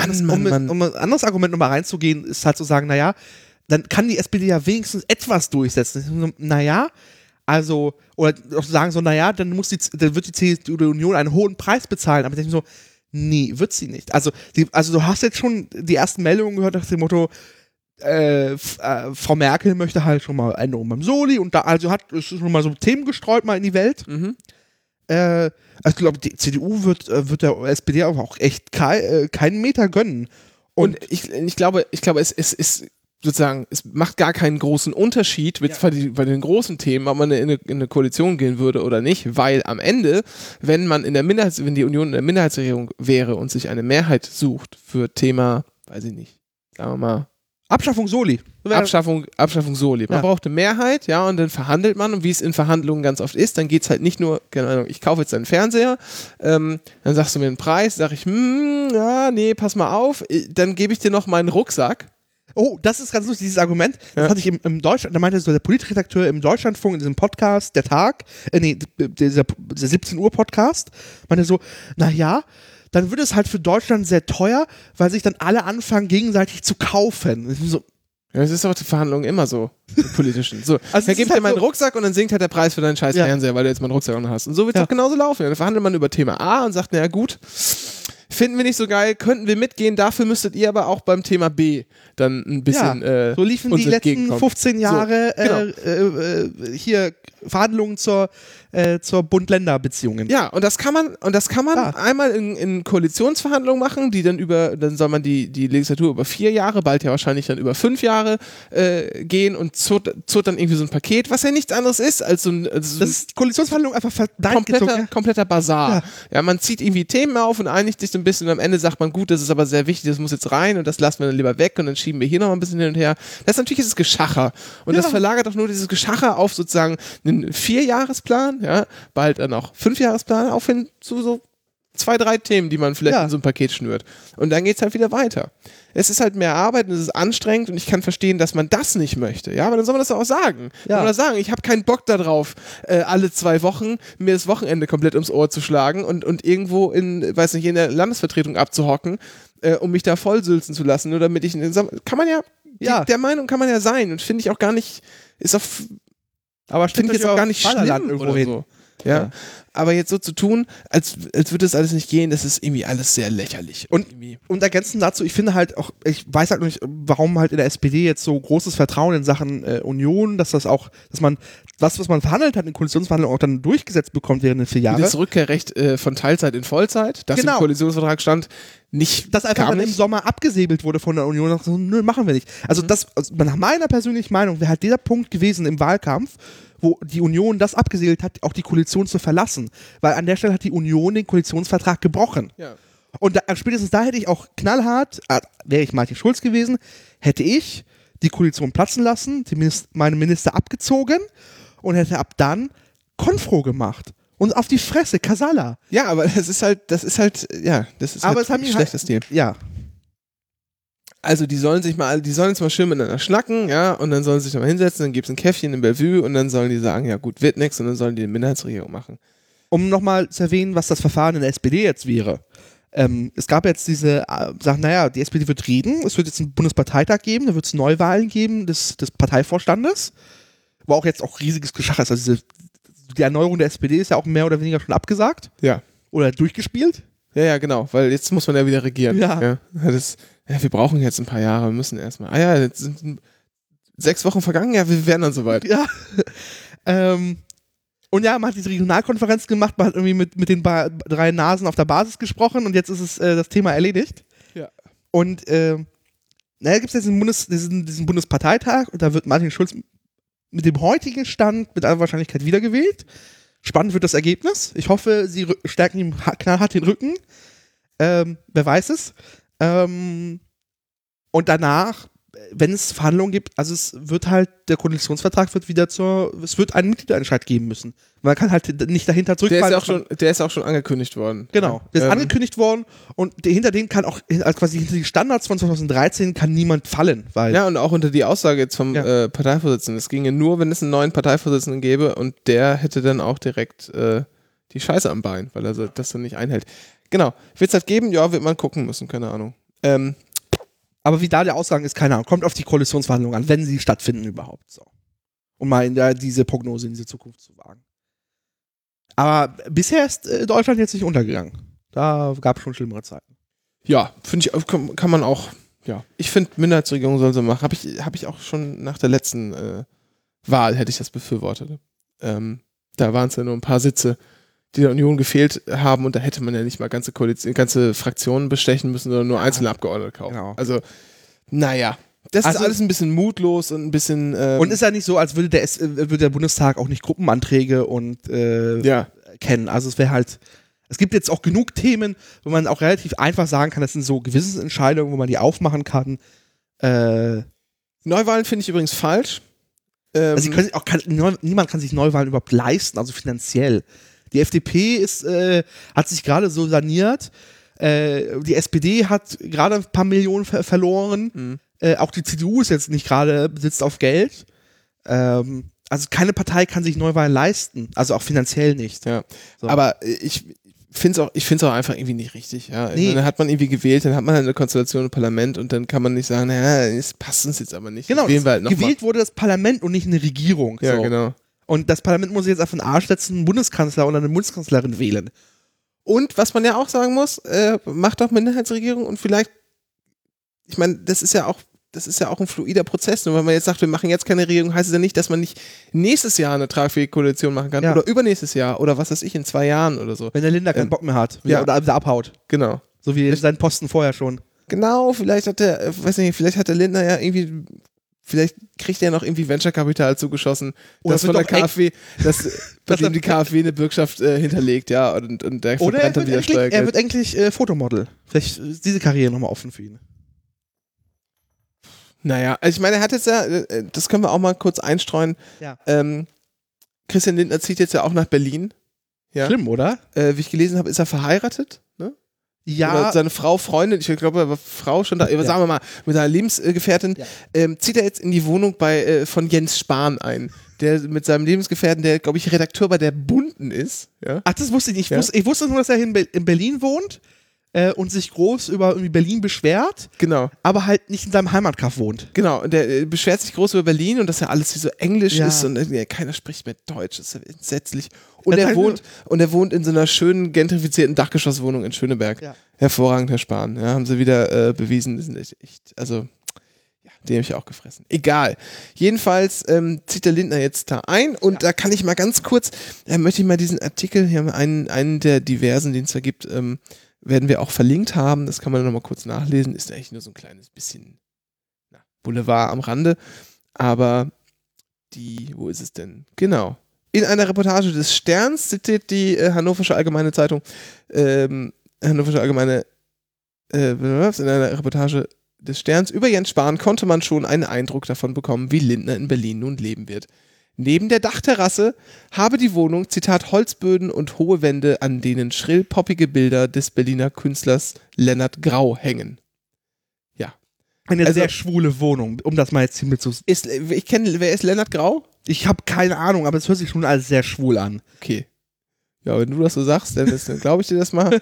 ein anderes Argument nochmal reinzugehen, ist halt zu sagen, naja, dann kann die SPD ja wenigstens etwas durchsetzen. Naja, also, oder auch sagen so, naja, dann wird die CDU-Union einen hohen Preis bezahlen. Aber ich denke so, nee, wird sie nicht. Also du hast jetzt schon die ersten Meldungen gehört nach dem Motto, Frau Merkel möchte halt schon mal Änderungen beim Soli, und ist schon mal so Themen gestreut mal in die Welt. Mhm. Also ich glaube, die CDU wird der SPD auch echt keinen Meter gönnen. Und ich glaube, es ist sozusagen, es macht gar keinen großen Unterschied bei den großen Themen, ob man in eine Koalition gehen würde oder nicht, weil am Ende, wenn die Union in der Minderheitsregierung wäre und sich eine Mehrheit sucht für Thema, weiß ich nicht, sagen wir mal, Abschaffung Soli. Abschaffung Soli. Man braucht eine Mehrheit, ja, und dann verhandelt man, und wie es in Verhandlungen ganz oft ist, dann geht es halt nicht nur, keine Ahnung, ich kaufe jetzt einen Fernseher, dann sagst du mir einen Preis, sag ich, nee, pass mal auf, dann gebe ich dir noch meinen Rucksack. Oh, das ist ganz lustig, dieses Argument. Das hatte ich im Deutschland, da meinte so der Politredakteur im Deutschlandfunk in diesem Podcast, der 17 Uhr Podcast, meinte so, naja, dann wird es halt für Deutschland sehr teuer, weil sich dann alle anfangen, gegenseitig zu kaufen. So. Ja, das ist doch die Verhandlungen immer so, die politischen. So, also er gibt dir meinen Rucksack und dann sinkt halt der Preis für deinen scheiß Fernseher, weil du jetzt meinen Rucksack auch noch hast. Und so wird es doch genauso laufen. Dann verhandelt man über Thema A und sagt, naja gut, finden wir nicht so geil, könnten wir mitgehen, dafür müsstet ihr aber auch beim Thema B dann ein bisschen so liefen die letzten 15 Jahre hier Verhandlungen zur Bund-Länder-Beziehungen. Ja, und das kann man einmal in Koalitionsverhandlungen machen, dann soll man die Legislatur über 4 Jahre, bald ja wahrscheinlich dann über 5 Jahre gehen und zurrt dann irgendwie so ein Paket, was ja nichts anderes ist als so ein das ist Koalitionsverhandlungen einfach kompletter Basar. Ja, man zieht irgendwie Themen auf und einigt sich ein bisschen und am Ende sagt man, gut, das ist aber sehr wichtig, das muss jetzt rein und das lassen wir dann lieber weg und dann schieben wir hier noch ein bisschen hin und her. Das ist natürlich dieses Geschacher und das verlagert auch nur dieses Geschacher auf sozusagen einen 4-Jahresplan, ja, bald dann auch 5-Jahresplan, auf hin zu so 2, 3 Themen, die man vielleicht in so ein Paket schnürt. Und dann geht's halt wieder weiter. Es ist halt mehr Arbeit und es ist anstrengend und ich kann verstehen, dass man das nicht möchte. Ja, aber dann soll man das auch sagen. Ja. Oder sagen, ich habe keinen Bock darauf, alle 2 Wochen mir das Wochenende komplett ums Ohr zu schlagen und irgendwo in der Landesvertretung abzuhocken, um mich da vollsülzen zu lassen. Nur damit kann man der Meinung kann man ja sein und finde ich auch gar nicht, aber finde ich jetzt auch gar nicht schlimm oder so. Ja. Aber jetzt so zu tun, als würde das alles nicht gehen, das ist irgendwie alles sehr lächerlich. Und ergänzend dazu, ich finde halt auch, ich weiß halt nicht, warum halt in der SPD jetzt so großes Vertrauen in Sachen Union, dass man was man verhandelt hat in Koalitionsverhandlungen auch dann durchgesetzt bekommt während den 4 Jahren. Das Rückkehrrecht von Teilzeit in Vollzeit, das im Koalitionsvertrag stand, nicht. Das einfach dann im Sommer abgesäbelt wurde von der Union. So, nö, machen wir nicht. Also nach meiner persönlichen Meinung wäre halt dieser Punkt gewesen im Wahlkampf, wo die Union das abgesegelt hat, auch die Koalition zu verlassen. Weil an der Stelle hat die Union den Koalitionsvertrag gebrochen. Ja. Und spätestens da hätte ich auch knallhart, wäre ich Martin Schulz gewesen, hätte ich die Koalition platzen lassen, meine Minister abgezogen und hätte ab dann Konfro gemacht. Und auf die Fresse, Kasala. Ja, aber das ist halt ein schlechtes Stil. Ja. Also die sollen jetzt mal schön miteinander schnacken, ja, und dann sollen sie sich nochmal hinsetzen, dann gibt es ein Käffchen in Bellevue und dann sollen die sagen, ja gut, wird nix und dann sollen die eine Minderheitsregierung machen. Um nochmal zu erwähnen, was das Verfahren in der SPD jetzt wäre. Es gab jetzt diese Sachen, die SPD wird reden, es wird jetzt einen Bundesparteitag geben, da wird es Neuwahlen geben des Parteivorstandes, wo auch jetzt auch riesiges Geschacher ist. Also die Erneuerung der SPD ist ja auch mehr oder weniger schon abgesagt. Ja. Oder durchgespielt. Ja, genau, weil jetzt muss man ja wieder regieren. Ja. Wir brauchen jetzt ein paar Jahre, wir müssen erstmal. Jetzt sind 6 Wochen vergangen, wir wären dann soweit. Ja. Und man hat diese Regionalkonferenz gemacht, man hat irgendwie mit den 3 Nasen auf der Basis gesprochen und jetzt ist es das Thema erledigt. Ja. Und gibt es jetzt diesen Bundesparteitag und da wird Martin Schulz mit dem heutigen Stand mit aller Wahrscheinlichkeit wiedergewählt. Spannend wird das Ergebnis. Ich hoffe, sie stärken ihm knallhart den Rücken. Wer weiß es. Und danach, wenn es Verhandlungen gibt, also der Koalitionsvertrag wird es wird einen Mitgliederentscheid geben müssen. Man kann halt nicht dahinter zurückfallen. Der ist auch schon angekündigt worden. Genau, der ist angekündigt worden und hinter den kann auch, quasi hinter die Standards von 2013 kann niemand fallen. Und auch unter die Aussage jetzt vom Parteivorsitzenden. Es ginge nur, wenn es einen neuen Parteivorsitzenden gäbe und der hätte dann auch direkt die Scheiße am Bein, weil er das dann nicht einhält. Genau. Wird es halt geben? Ja, wird man gucken müssen, keine Ahnung. Aber wie da der Ausgang ist, keine Ahnung. Kommt auf die Koalitionsverhandlungen an, wenn sie stattfinden überhaupt. So. Um mal diese Prognose in diese Zukunft zu wagen. Aber bisher ist Deutschland jetzt nicht untergegangen. Da gab es schon schlimmere Zeiten. Ja, finde ich, kann man auch, ja. Ich finde, Minderheitsregierung soll so machen. Hab ich auch schon nach der letzten Wahl, hätte ich das befürwortet. Da waren es ja nur ein paar Sitze, die der Union gefehlt haben und da hätte man ja nicht mal ganze Fraktionen bestechen müssen, sondern nur einzelne Abgeordnete kaufen. Genau. Also, das ist alles ein bisschen mutlos und ein bisschen... und ist ja nicht so, als würde der Bundestag auch nicht Gruppenanträge und kennen. Also es wäre halt... Es gibt jetzt auch genug Themen, wo man auch relativ einfach sagen kann, das sind so Gewissensentscheidungen, wo man die aufmachen kann. Neuwahlen finde ich übrigens falsch. Also niemand kann sich Neuwahlen überhaupt leisten, also finanziell. Die FDP hat sich gerade so saniert. Die SPD hat gerade ein paar Millionen verloren. Mhm. Auch die CDU ist jetzt nicht gerade, besitzt auf Geld. Also keine Partei kann sich Neuwahlen leisten. Also auch finanziell nicht. Ja. So. Aber ich finde es auch einfach irgendwie nicht richtig. Ja. Nee. Dann hat man irgendwie gewählt, dann hat man eine Konstellation im Parlament und dann kann man nicht sagen, es passt uns jetzt aber nicht. Genau, gewählt wurde das Parlament und nicht eine Regierung. Ja, genau. Und das Parlament muss jetzt auf den Arsch setzen, einen Bundeskanzler oder eine Bundeskanzlerin wählen. Und was man ja auch sagen muss, macht doch Minderheitsregierung und vielleicht, ich meine, das ist ja auch ein fluider Prozess. Nur wenn man jetzt sagt, wir machen jetzt keine Regierung, heißt es ja nicht, dass man nicht nächstes Jahr eine tragfähige Koalition machen kann oder übernächstes Jahr oder was weiß ich, in 2 Jahren oder so. Wenn der Lindner keinen Bock mehr hat oder abhaut. Genau. So wie seinen Posten vorher schon. Genau, vielleicht hat der Lindner ja irgendwie Vielleicht kriegt er noch irgendwie Venture-Kapital zugeschossen, Oder das von der KfW, bei dem die KfW eine Bürgschaft hinterlegt, ja, und der verbrennt dann wieder Steuergeld. Er wird eigentlich Fotomodel. Vielleicht ist diese Karriere nochmal offen für ihn. Naja, also ich meine, er hat jetzt ja, das können wir auch mal kurz einstreuen, Ja. Christian Lindner zieht jetzt ja auch nach Berlin. Ja. Schlimm, oder? Wie ich gelesen habe, ist er verheiratet, ne? Ja. Oder seine Frau, Freundin, ich glaube, er war Frau schon da, sagen wir mal, mit seiner Lebensgefährtin, zieht er jetzt in die Wohnung von Jens Spahn ein, der mit seinem Lebensgefährten, der, glaube ich, Redakteur bei der Bunden ist. Ja? Ach, das wusste ich nicht. Ich wusste nur, dass er in Berlin wohnt und sich groß über irgendwie Berlin beschwert, genau, aber halt nicht in seinem Heimatkaff wohnt. Genau, und der beschwert sich groß über Berlin und dass ja alles hier so englisch ist und keiner spricht mehr Deutsch, das ist ja entsetzlich. Und er wohnt in so einer schönen, gentrifizierten Dachgeschosswohnung in Schöneberg. Ja. Hervorragend, Herr Spahn. Ja, haben sie wieder bewiesen. Das sind echt, also, ja, den habe ich auch gefressen. Egal. Jedenfalls zieht der Lindner jetzt da ein und da kann ich mal ganz kurz, möchte ich mal diesen Artikel, hier haben wir einen der diversen, den es da gibt, werden wir auch verlinkt haben. Das kann man nochmal kurz nachlesen. Ist eigentlich nur so ein kleines bisschen Boulevard am Rande. Aber wo ist es denn? Genau. In einer Reportage des Sterns zitiert die Hannoversche Allgemeine Zeitung, in einer Reportage des Sterns über Jens Spahn konnte man schon einen Eindruck davon bekommen, wie Lindner in Berlin nun leben wird. Neben der Dachterrasse habe die Wohnung, Zitat, Holzböden und hohe Wände, an denen schrill poppige Bilder des Berliner Künstlers Lennart Grau hängen. Ja. Eine sehr schwule Wohnung, um das mal jetzt hier mit zu... Wer ist Lennart Grau? Ich habe keine Ahnung, aber es hört sich schon alles sehr schwul an. Okay. Ja, wenn du das so sagst, dann glaube ich dir das mal.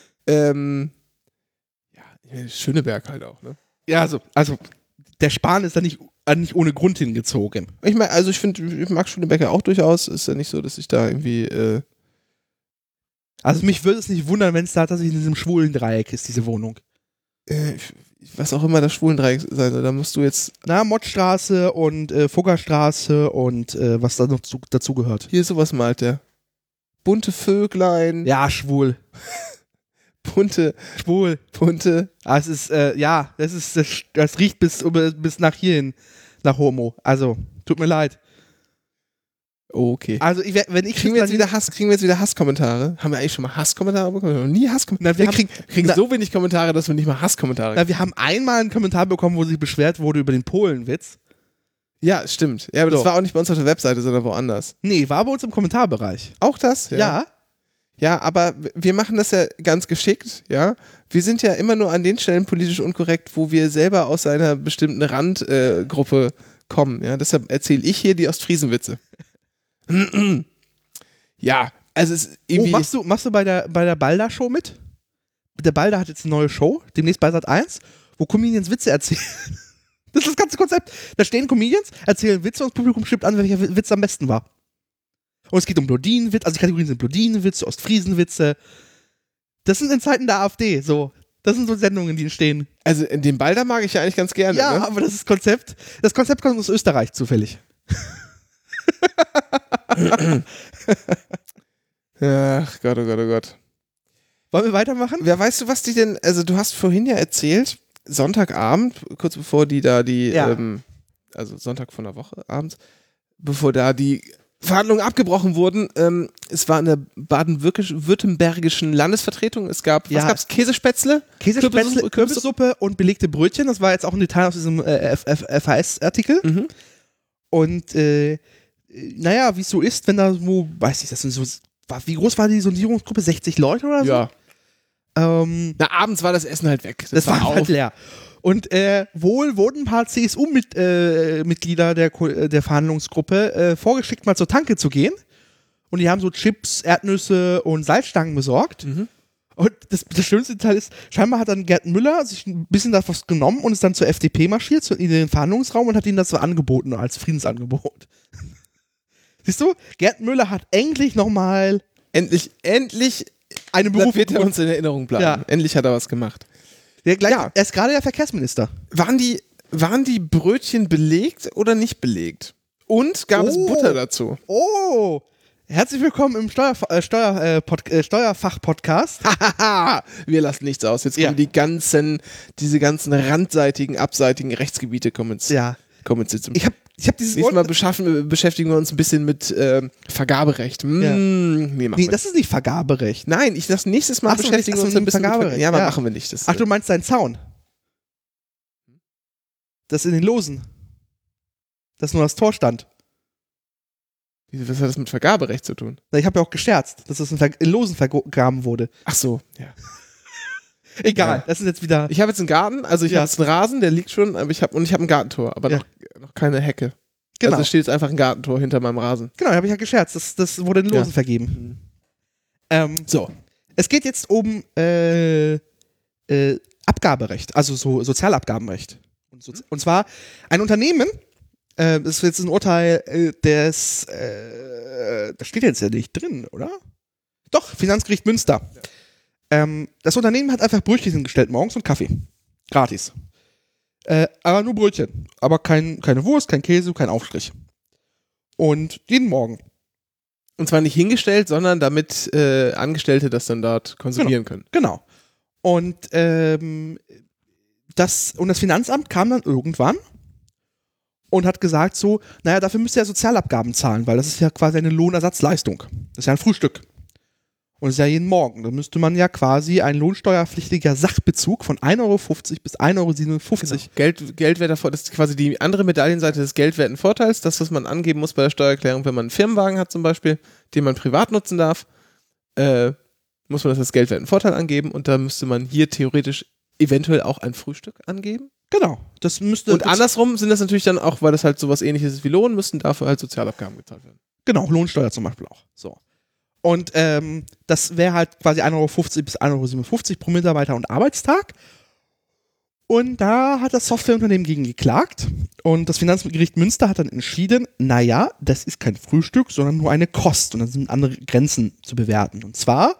Schöneberg halt auch, ne? Ja, also der Spahn ist da nicht ohne Grund hingezogen. Ich meine, also ich mag Schöneberg ja auch durchaus. Ist ja nicht so, dass ich da irgendwie... Also mich würde es nicht wundern, wenn es da tatsächlich in diesem schwulen Dreieck ist, diese Wohnung. Was auch immer das Schwulendreieck sein soll, da musst du jetzt... Mottstraße und Fuggerstraße und was da noch dazu gehört. Hier sowas malt der. Bunte Vöglein. Ja, schwul. Schwul. Bunte. Es ist, das riecht bis nach hierhin, nach Homo. Also, tut mir leid. Okay. Also, kriegen wir jetzt wieder Hasskommentare? Haben wir eigentlich schon mal Hasskommentare bekommen? Wir haben noch nie Hasskommentare. Wir kriegen so wenig Kommentare, dass wir nicht mal Hasskommentare kriegen. Wir haben einmal einen Kommentar bekommen, wo sich beschwert wurde über den Polenwitz. Ja, stimmt. Ja, aber das war auch nicht bei uns auf der Webseite, sondern woanders. Nee, war bei uns im Kommentarbereich. Auch das? Ja. Ja, aber wir machen das ja ganz geschickt, ja. Wir sind ja immer nur an den Stellen politisch unkorrekt, wo wir selber aus einer bestimmten Randgruppe kommen, ja. Deshalb erzähle ich hier die Ostfriesenwitze. Ja, also es ist irgendwie... Machst du bei der Balder-Show mit? Der Balder hat jetzt eine neue Show, demnächst bei Sat.1, wo Comedians Witze erzählen. Das ist das ganze Konzept. Da stehen Comedians, erzählen Witze und das Publikum stimmt an, welcher Witz am besten war. Und es geht um Blondinenwitze, also die Kategorien sind Blondinenwitze, Ostfriesenwitze. Das sind in Zeiten der AfD, so. Das sind so Sendungen, die entstehen. Also den Balder mag ich ja eigentlich ganz gerne. Ja, ne? aber das Konzept kommt aus Österreich zufällig. Ach Gott, oh Gott, oh Gott. Wollen wir weitermachen? Ja, weißt du, was die denn, also du hast vorhin ja erzählt, Sonntagabend, kurz bevor also Sonntag von der Woche abends, bevor da die Verhandlungen abgebrochen wurden, es war in der baden-württembergischen Landesvertretung, was gab's? Käsespätzle? Kürbissuppe und belegte Brötchen, das war jetzt auch ein Detail aus diesem FAS-Artikel. Mhm. Und naja, wie es so ist, wenn da so, weiß ich, das sind so, wie groß war die Sondierungsgruppe? 60 Leute oder so? Ja. Abends war das Essen halt weg. Das war halt leer. Und wohl wurden ein paar CSU-Mitglieder der Verhandlungsgruppe vorgeschickt, mal zur Tanke zu gehen. Und die haben so Chips, Erdnüsse und Salzstangen besorgt. Mhm. Und das schönste Teil ist, scheinbar hat dann Gerd Müller sich ein bisschen davon genommen und ist dann zur FDP marschiert, in den Verhandlungsraum und hat ihnen das so angeboten als Friedensangebot. Siehst du, Gerd Müller hat endlich nochmal endlich eine Berufung. Das wird er uns in Erinnerung bleiben. Ja. Endlich hat er was gemacht. Er ist gerade der Verkehrsminister. Waren die Brötchen belegt oder nicht belegt? Und gab es Butter dazu? Oh! Herzlich willkommen im Steuerfach-Podcast. Wir lassen nichts aus. Jetzt kommen diese ganzen randseitigen, abseitigen Rechtsgebiete kommen jetzt. Ja. Komm, jetzt zum Ich hab dieses nächstes Mal beschäftigen wir uns ein bisschen mit Vergaberecht. Nee, das ist nicht Vergaberecht. Nein, das nächstes Mal beschäftigen wir uns ein bisschen mit Vergaberecht. Ja, machen wir nicht. Ach, du meinst deinen Zaun? Das in den Losen. Das nur das Tor stand. Was hat das mit Vergaberecht zu tun? Ich habe ja auch gescherzt, dass das in Losen vergraben wurde. Ach so, ja. Egal, das ist jetzt wieder... Ich habe jetzt einen Garten, also ich habe jetzt einen Rasen, der liegt schon, aber ich habe ein Gartentor, aber noch keine Hecke. Genau. Also es steht jetzt einfach ein Gartentor hinter meinem Rasen. Genau, habe ich ja gescherzt, das wurde in Losen vergeben. So, es geht jetzt um Abgaberecht, also so Sozialabgabenrecht. Und zwar ein Unternehmen, das ist jetzt ein Urteil das steht jetzt ja nicht drin, oder? Doch, Finanzgericht Münster. Ja. Das Unternehmen hat einfach Brötchen hingestellt morgens und Kaffee. Gratis. Aber nur Brötchen. Aber keine Wurst, kein Käse, kein Aufstrich. Und jeden Morgen. Und zwar nicht hingestellt, sondern damit Angestellte das dann dort konsumieren können. Genau. Und das Finanzamt kam dann irgendwann und hat gesagt so, naja, dafür müsst ihr ja Sozialabgaben zahlen, weil das ist ja quasi eine Lohnersatzleistung. Das ist ja ein Frühstück. Und das ist ja jeden Morgen. Da müsste man ja quasi ein lohnsteuerpflichtiger Sachbezug von 1,50 Euro bis 1,57 Euro. Genau. Geldwert davor, das ist quasi die andere Medaillenseite des geldwerten Vorteils, das, was man angeben muss bei der Steuererklärung, wenn man einen Firmenwagen hat zum Beispiel, den man privat nutzen darf, muss man das als geldwerten Vorteil angeben und da müsste man hier theoretisch eventuell auch ein Frühstück angeben. Genau. Das müsste. Und andersrum sind das natürlich dann auch, weil das halt sowas ähnliches ist wie Lohn, müssten dafür halt Sozialabgaben gezahlt werden. Genau, Lohnsteuer zum Beispiel auch. So. Und das wäre halt quasi 1,50 Euro bis 1,57 Euro pro Mitarbeiter und Arbeitstag. Und da hat das Softwareunternehmen gegen geklagt. Und das Finanzgericht Münster hat dann entschieden, naja, das ist kein Frühstück, sondern nur eine Kost. Und dann sind andere Grenzen zu bewerten. Und zwar,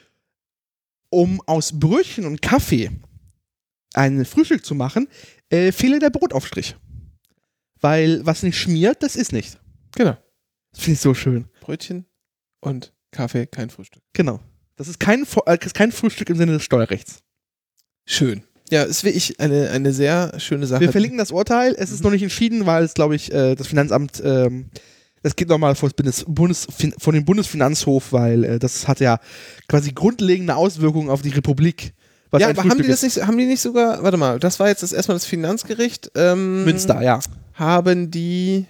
um aus Brötchen und Kaffee ein Frühstück zu machen, fehle der Brotaufstrich. Weil was nicht schmiert, das ist nicht. Genau. Das finde ich so schön. Brötchen und Kaffee, kein Frühstück. Genau. Das ist kein Frühstück im Sinne des Steuerrechts. Schön. Ja, ist wirklich eine sehr schöne Sache. Wir verlinken das Urteil. Es ist noch nicht entschieden, weil es, glaube ich, das Finanzamt, das geht nochmal von dem Bundesfinanzhof, weil das hat ja quasi grundlegende Auswirkungen auf die Republik. Ja, aber haben die nicht sogar, warte mal, das war jetzt erstmal das Finanzgericht. Münster, ja. Haben die,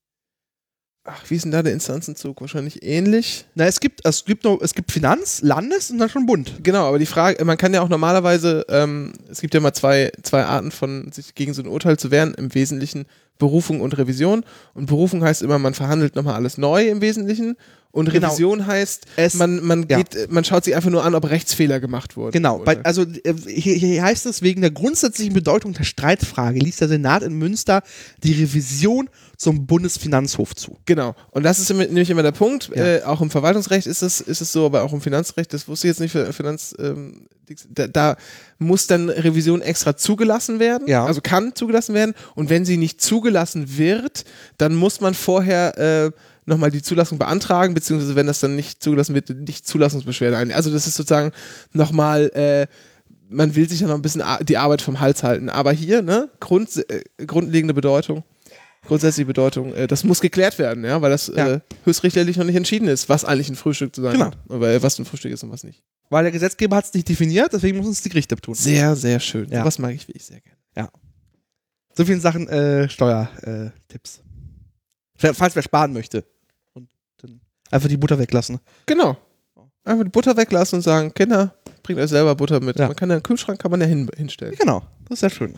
wie ist denn da der Instanzenzug? Wahrscheinlich ähnlich. Na, es gibt Finanz, Landes und dann schon Bund. Genau, aber die Frage, man kann ja auch normalerweise, es gibt ja mal zwei Arten von sich gegen so ein Urteil zu wehren, im Wesentlichen Berufung und Revision. Und Berufung heißt immer, man verhandelt nochmal alles neu im Wesentlichen. Und Revision heißt, man schaut sich einfach nur an, ob Rechtsfehler gemacht wurden. Genau, also hier heißt es, wegen der grundsätzlichen Bedeutung der Streitfrage ließ der Senat in Münster die Revision zum Bundesfinanzhof zu. Genau, und das ist nämlich immer der Punkt, auch im Verwaltungsrecht ist es so, aber auch im Finanzrecht, das wusste ich jetzt nicht für Finanz, da muss dann Revision extra zugelassen werden, also kann zugelassen werden und wenn sie nicht zugelassen wird, dann muss man vorher nochmal die Zulassung beantragen, beziehungsweise wenn das dann nicht zugelassen wird, nicht Zulassungsbeschwerde ein. Also das ist sozusagen nochmal, man will sich ja noch ein bisschen die Arbeit vom Hals halten. Aber hier, ne, grundlegende Bedeutung, grundsätzliche Bedeutung, das muss geklärt werden, ja, weil das höchstrichterlich noch nicht entschieden ist, was eigentlich ein Frühstück zu sein hat. Weil was ein Frühstück ist und was nicht. Weil der Gesetzgeber hat es nicht definiert, deswegen müssen es die Gerichte tun. Sehr, sehr schön. Ja. Was mag ich wirklich sehr gerne. Ja. So vielen Sachen Steuertipps. Falls wer sparen möchte. Und dann einfach die Butter weglassen. Genau. Einfach die Butter weglassen und sagen, Kinder, bringt euch selber Butter mit. Ja. Man kann ja einen Kühlschrank hinstellen. Genau, das ist sehr schön.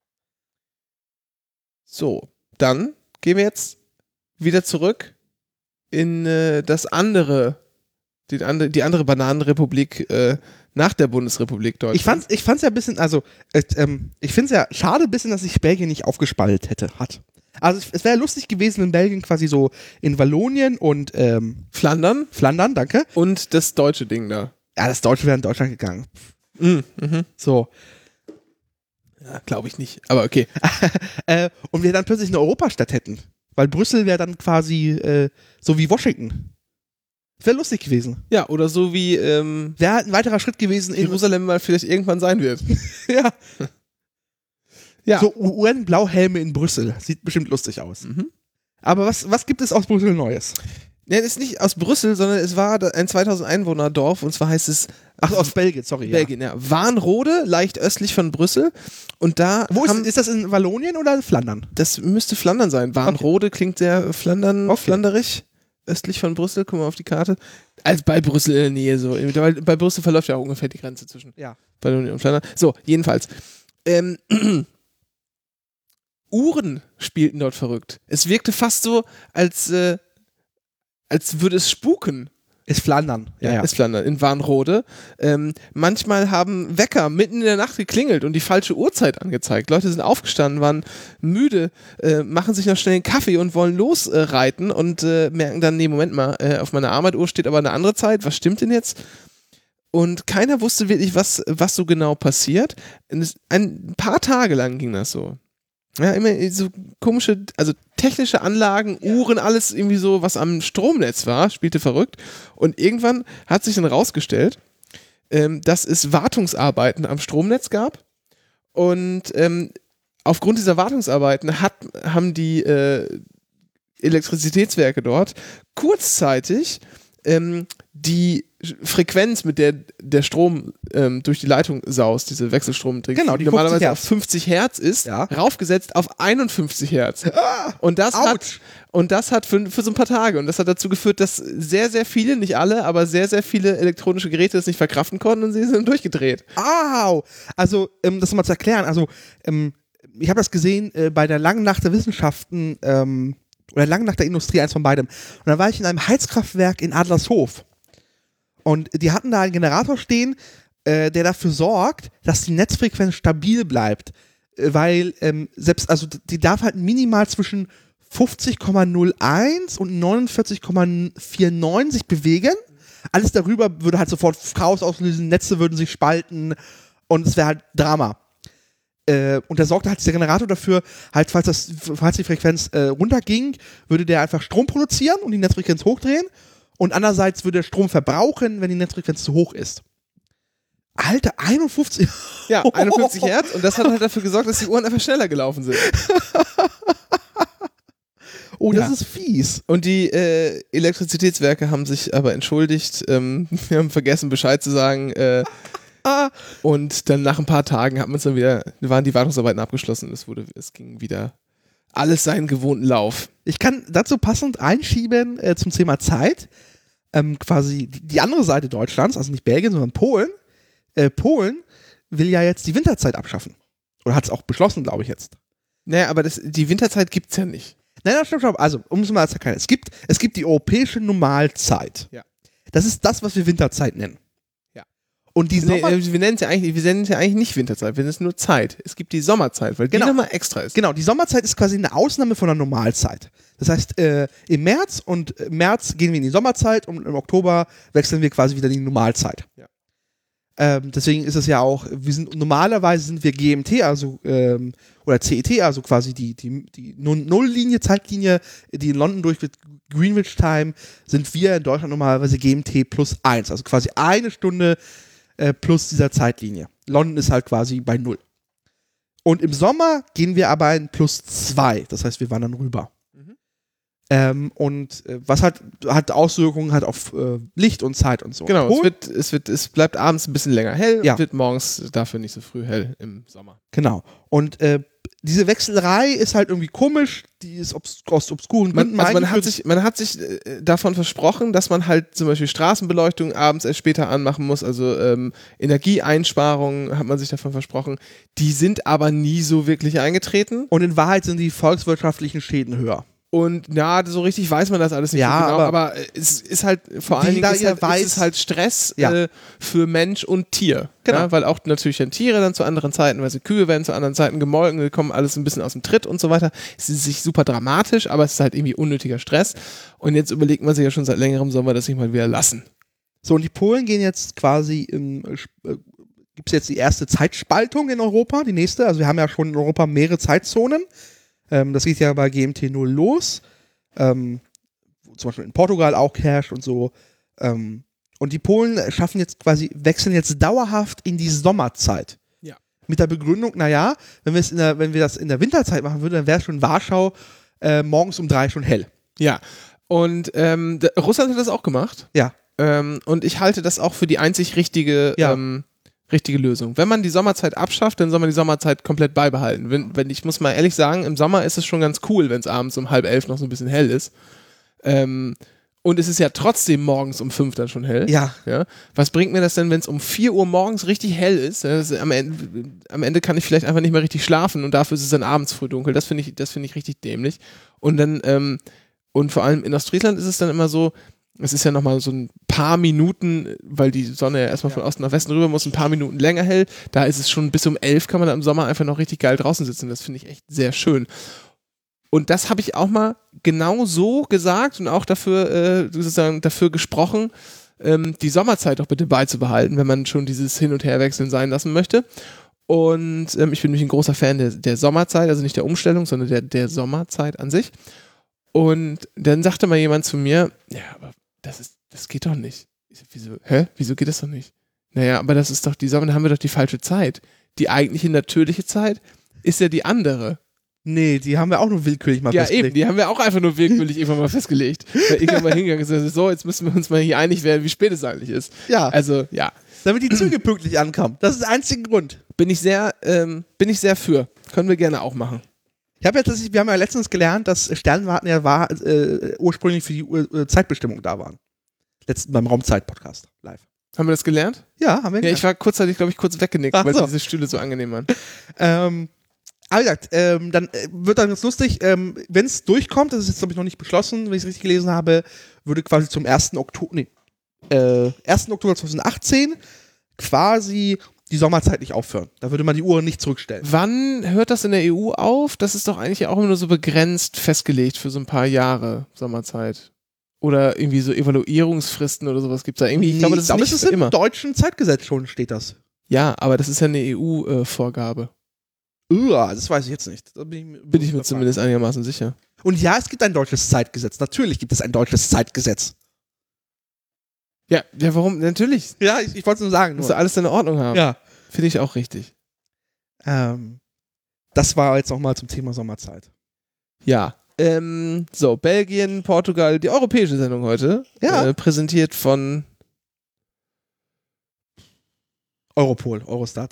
So, dann gehen wir jetzt wieder zurück in die andere Bananenrepublik nach der Bundesrepublik Deutschland. Ich fand's ja ein bisschen, also ich finde es ja schade ein bisschen, dass sich Belgien nicht aufgespaltet hat. Also es wäre lustig gewesen, wenn Belgien quasi so in Wallonien und Flandern, danke. Und das deutsche Ding da. Ja, das Deutsche wäre in Deutschland gegangen. So. Ja, glaube ich nicht, aber okay. Und wir dann plötzlich eine Europastadt hätten. Weil Brüssel wäre dann quasi so wie Washington. Wäre lustig gewesen. Ja, oder so wie wäre halt ein weiterer Schritt gewesen, Jerusalem mal vielleicht irgendwann sein wird. Ja. Ja. So UN-Blauhelme in Brüssel. Sieht bestimmt lustig aus. Aber was gibt es aus Brüssel Neues? Ja, das ist nicht aus Brüssel, sondern es war ein 2000 Einwohner-Dorf und zwar heißt es... Ach, aus Belgien, sorry. Belgien, ja. Warnrode, leicht östlich von Brüssel. Und da ist das in Wallonien oder in Flandern? Das müsste Flandern sein. Warnrode klingt sehr flanderig. Östlich von Brüssel, guck mal auf die Karte. Also bei Brüssel in der Nähe so. Weil bei Brüssel verläuft ja auch ungefähr die Grenze zwischen Wallonien und Flandern. So, jedenfalls. Uhren spielten dort verrückt. Es wirkte fast so, als würde es spuken. Ist Flandern. Ja. Ist Flandern, in Warnrode. Manchmal haben Wecker mitten in der Nacht geklingelt und die falsche Uhrzeit angezeigt. Leute sind aufgestanden, waren müde, machen sich noch schnell einen Kaffee und wollen losreiten und merken dann, nee, Moment mal, auf meiner Armbanduhr steht aber eine andere Zeit. Was stimmt denn jetzt? Und keiner wusste wirklich, was so genau passiert. Ein paar Tage lang ging das so. Ja, immer so komische, also technische Anlagen, Uhren, alles irgendwie so, was am Stromnetz war, spielte verrückt. Und irgendwann hat sich dann rausgestellt, dass es Wartungsarbeiten am Stromnetz gab. Und aufgrund dieser Wartungsarbeiten haben die Elektrizitätswerke dort kurzzeitig die Frequenz, mit der Strom durch die Leitung saust, diese Wechselstrom, die normalerweise auf 50 Hertz ist, raufgesetzt auf 51 Hertz. Und das hat für so ein paar Tage, und das hat dazu geführt, dass sehr, sehr viele, nicht alle, aber sehr, sehr viele elektronische Geräte das nicht verkraften konnten und sie sind durchgedreht. Au! Also, das mal zu erklären, ich habe das gesehen bei der Langen Nacht der Wissenschaften oder Langen Nacht der Industrie, eins von beidem. Und da war ich in einem Heizkraftwerk in Adlershof. Und die hatten da einen Generator stehen, der dafür sorgt, dass die Netzfrequenz stabil bleibt. Weil die darf halt minimal zwischen 50,01 und 49,49 sich bewegen. Alles darüber würde halt sofort Chaos auslösen, Netze würden sich spalten und es wäre halt Drama. Und da sorgte halt dieser Generator dafür, halt, falls die Frequenz runterging, würde der einfach Strom produzieren und die Netzfrequenz hochdrehen. Und andererseits würde der Strom verbrauchen, wenn die Netzfrequenz zu hoch ist. Alter, 51. Ja, 51 Hertz. Und das hat halt dafür gesorgt, dass die Uhren einfach schneller gelaufen sind. Oh, das ist fies. Und die Elektrizitätswerke haben sich aber entschuldigt. Wir haben vergessen, Bescheid zu sagen. Und dann nach ein paar Tagen waren die Wartungsarbeiten abgeschlossen. Es ging wieder alles seinen gewohnten Lauf. Ich kann dazu passend einschieben zum Thema Zeit. Quasi die andere Seite Deutschlands, also nicht Belgien, sondern Polen. Polen will ja jetzt die Winterzeit abschaffen. Oder hat es auch beschlossen, glaube ich jetzt. Naja, aber die Winterzeit gibt es ja nicht. Nein, stopp. Also, um es mal zu erklären. Es gibt die europäische Normalzeit. Ja. Das ist das, was wir Winterzeit nennen. Und die wir nennen es ja eigentlich nicht Winterzeit, wir nennen es nur Zeit. Es gibt die Sommerzeit, weil die nochmal extra ist. Genau, die Sommerzeit ist quasi eine Ausnahme von der Normalzeit. Das heißt, im März gehen wir in die Sommerzeit und im Oktober wechseln wir quasi wieder in die Normalzeit. Ja. Deswegen ist es ja auch, normalerweise sind wir GMT, also oder CET, also quasi die Nulllinie, Zeitlinie, die in London durch wird, Greenwich Time, sind wir in Deutschland normalerweise GMT plus 1, also quasi eine Stunde plus dieser Zeitlinie. London ist halt quasi bei 0. Und im Sommer gehen wir aber in plus 2, das heißt, wir wandern rüber. Was hat Auswirkungen halt auf Licht und Zeit und so. Genau, es bleibt abends ein bisschen länger hell und wird morgens dafür nicht so früh hell im Sommer. Genau. Und diese Wechselerei ist halt irgendwie komisch, die ist aus obskuren Gründen. Man hat sich davon versprochen, dass man halt zum Beispiel Straßenbeleuchtung abends erst später anmachen muss, also Energieeinsparungen hat man sich davon versprochen. Die sind aber nie so wirklich eingetreten. Und in Wahrheit sind die volkswirtschaftlichen Schäden höher. Und so richtig weiß man das alles nicht so genau, aber es ist halt vor allen Dingen ist halt Stress für Mensch und Tier. Genau. Ja, weil auch natürlich dann Tiere dann zu anderen Zeiten, weil Kühe werden zu anderen Zeiten gemolken, die kommen alles ein bisschen aus dem Tritt und so weiter. Es ist nicht super dramatisch, aber es ist halt irgendwie unnötiger Stress. Und jetzt überlegt man sich ja schon seit längerem, soll man das nicht mal wieder lassen. So, und die Polen gehen jetzt quasi gibt es jetzt die erste Zeitspaltung in Europa, die nächste. Also wir haben ja schon in Europa mehrere Zeitzonen. Das geht ja bei GMT 0 los. Zum Beispiel in Portugal auch herrscht und so. Und die Polen wechseln jetzt dauerhaft in die Sommerzeit. Ja. Mit der Begründung, naja, wenn wir das in der Winterzeit machen würden, dann wäre schon Warschau morgens um 3 schon hell. Ja, und Russland hat das auch gemacht. Ja. Und ich halte das auch für die einzig richtige Lösung. Wenn man die Sommerzeit abschafft, dann soll man die Sommerzeit komplett beibehalten. Wenn ich muss mal ehrlich sagen, im Sommer ist es schon ganz cool, wenn es abends um 10:30 noch so ein bisschen hell ist. Und es ist ja trotzdem morgens um 5 dann schon hell. Ja. Was bringt mir das denn, wenn es um 4 Uhr morgens richtig hell ist? Am Ende kann ich vielleicht einfach nicht mehr richtig schlafen und dafür ist es dann abends früh dunkel. Das finde ich richtig dämlich. Und dann, und vor allem in Ostfriesland ist es dann immer so, es ist ja nochmal so ein paar Minuten, weil die Sonne ja erstmal von Osten nach Westen rüber muss, ein paar Minuten länger hell. Da ist es schon bis um 11 kann man da im Sommer einfach noch richtig geil draußen sitzen. Das finde ich echt sehr schön. Und das habe ich auch mal genau so gesagt und auch dafür gesprochen, die Sommerzeit doch bitte beizubehalten, wenn man schon dieses Hin- und Herwechseln sein lassen möchte. Und ich bin nämlich ein großer Fan der Sommerzeit, also nicht der Umstellung, sondern der Sommerzeit an sich. Und dann sagte mal jemand zu mir, ja, aber das geht doch nicht. Ich so, wieso geht das doch nicht? Naja, aber das ist doch die Sommer, da haben wir doch die falsche Zeit. Die eigentliche natürliche Zeit ist ja die andere. Nee, die haben wir auch nur willkürlich mal festgelegt. Ja, eben, die haben wir auch einfach nur willkürlich irgendwann mal festgelegt. Weil ich mal hingegangen und gesagt, so, jetzt müssen wir uns mal hier einig werden, wie spät es eigentlich ist. Ja. Also, ja. Damit die Züge pünktlich ankommen. Das ist der einzige Grund. Bin ich sehr für. Können wir gerne auch machen. Wir haben ja letztens gelernt, dass Sternwarten ja ursprünglich für die Zeitbestimmung da waren. Beim Raumzeit-Podcast live. Haben wir das gelernt? Ja, haben wir. Ja, ich war kurzzeitig, glaube ich, kurz weggenickt, weil diese Stühle so angenehm waren. Aber wie gesagt, dann wird dann ganz lustig, wenn es durchkommt, das ist jetzt, glaube ich, noch nicht beschlossen, wenn ich es richtig gelesen habe, würde quasi zum 1. Oktober 2018 quasi die Sommerzeit nicht aufhören. Da würde man die Uhren nicht zurückstellen. Wann hört das in der EU auf? Das ist doch eigentlich auch immer nur so begrenzt festgelegt für so ein paar Jahre Sommerzeit. Oder irgendwie so Evaluierungsfristen oder sowas gibt es da irgendwie. Ich glaube, das ist nicht für immer. Im deutschen Zeitgesetz schon steht das. Ja, aber das ist ja eine EU-Vorgabe. Das weiß ich jetzt nicht. Da bin ich mir zumindest einigermaßen sicher. Und ja, es gibt ein deutsches Zeitgesetz. Natürlich gibt es ein deutsches Zeitgesetz. Ja, warum? Natürlich. Ja, ich wollte es nur sagen. Muss alles in Ordnung haben. Ja. Finde ich auch richtig. Das war jetzt nochmal zum Thema Sommerzeit. Ja. So, Belgien, Portugal, die europäische Sendung heute. Ja. Präsentiert von Europol, Eurostat.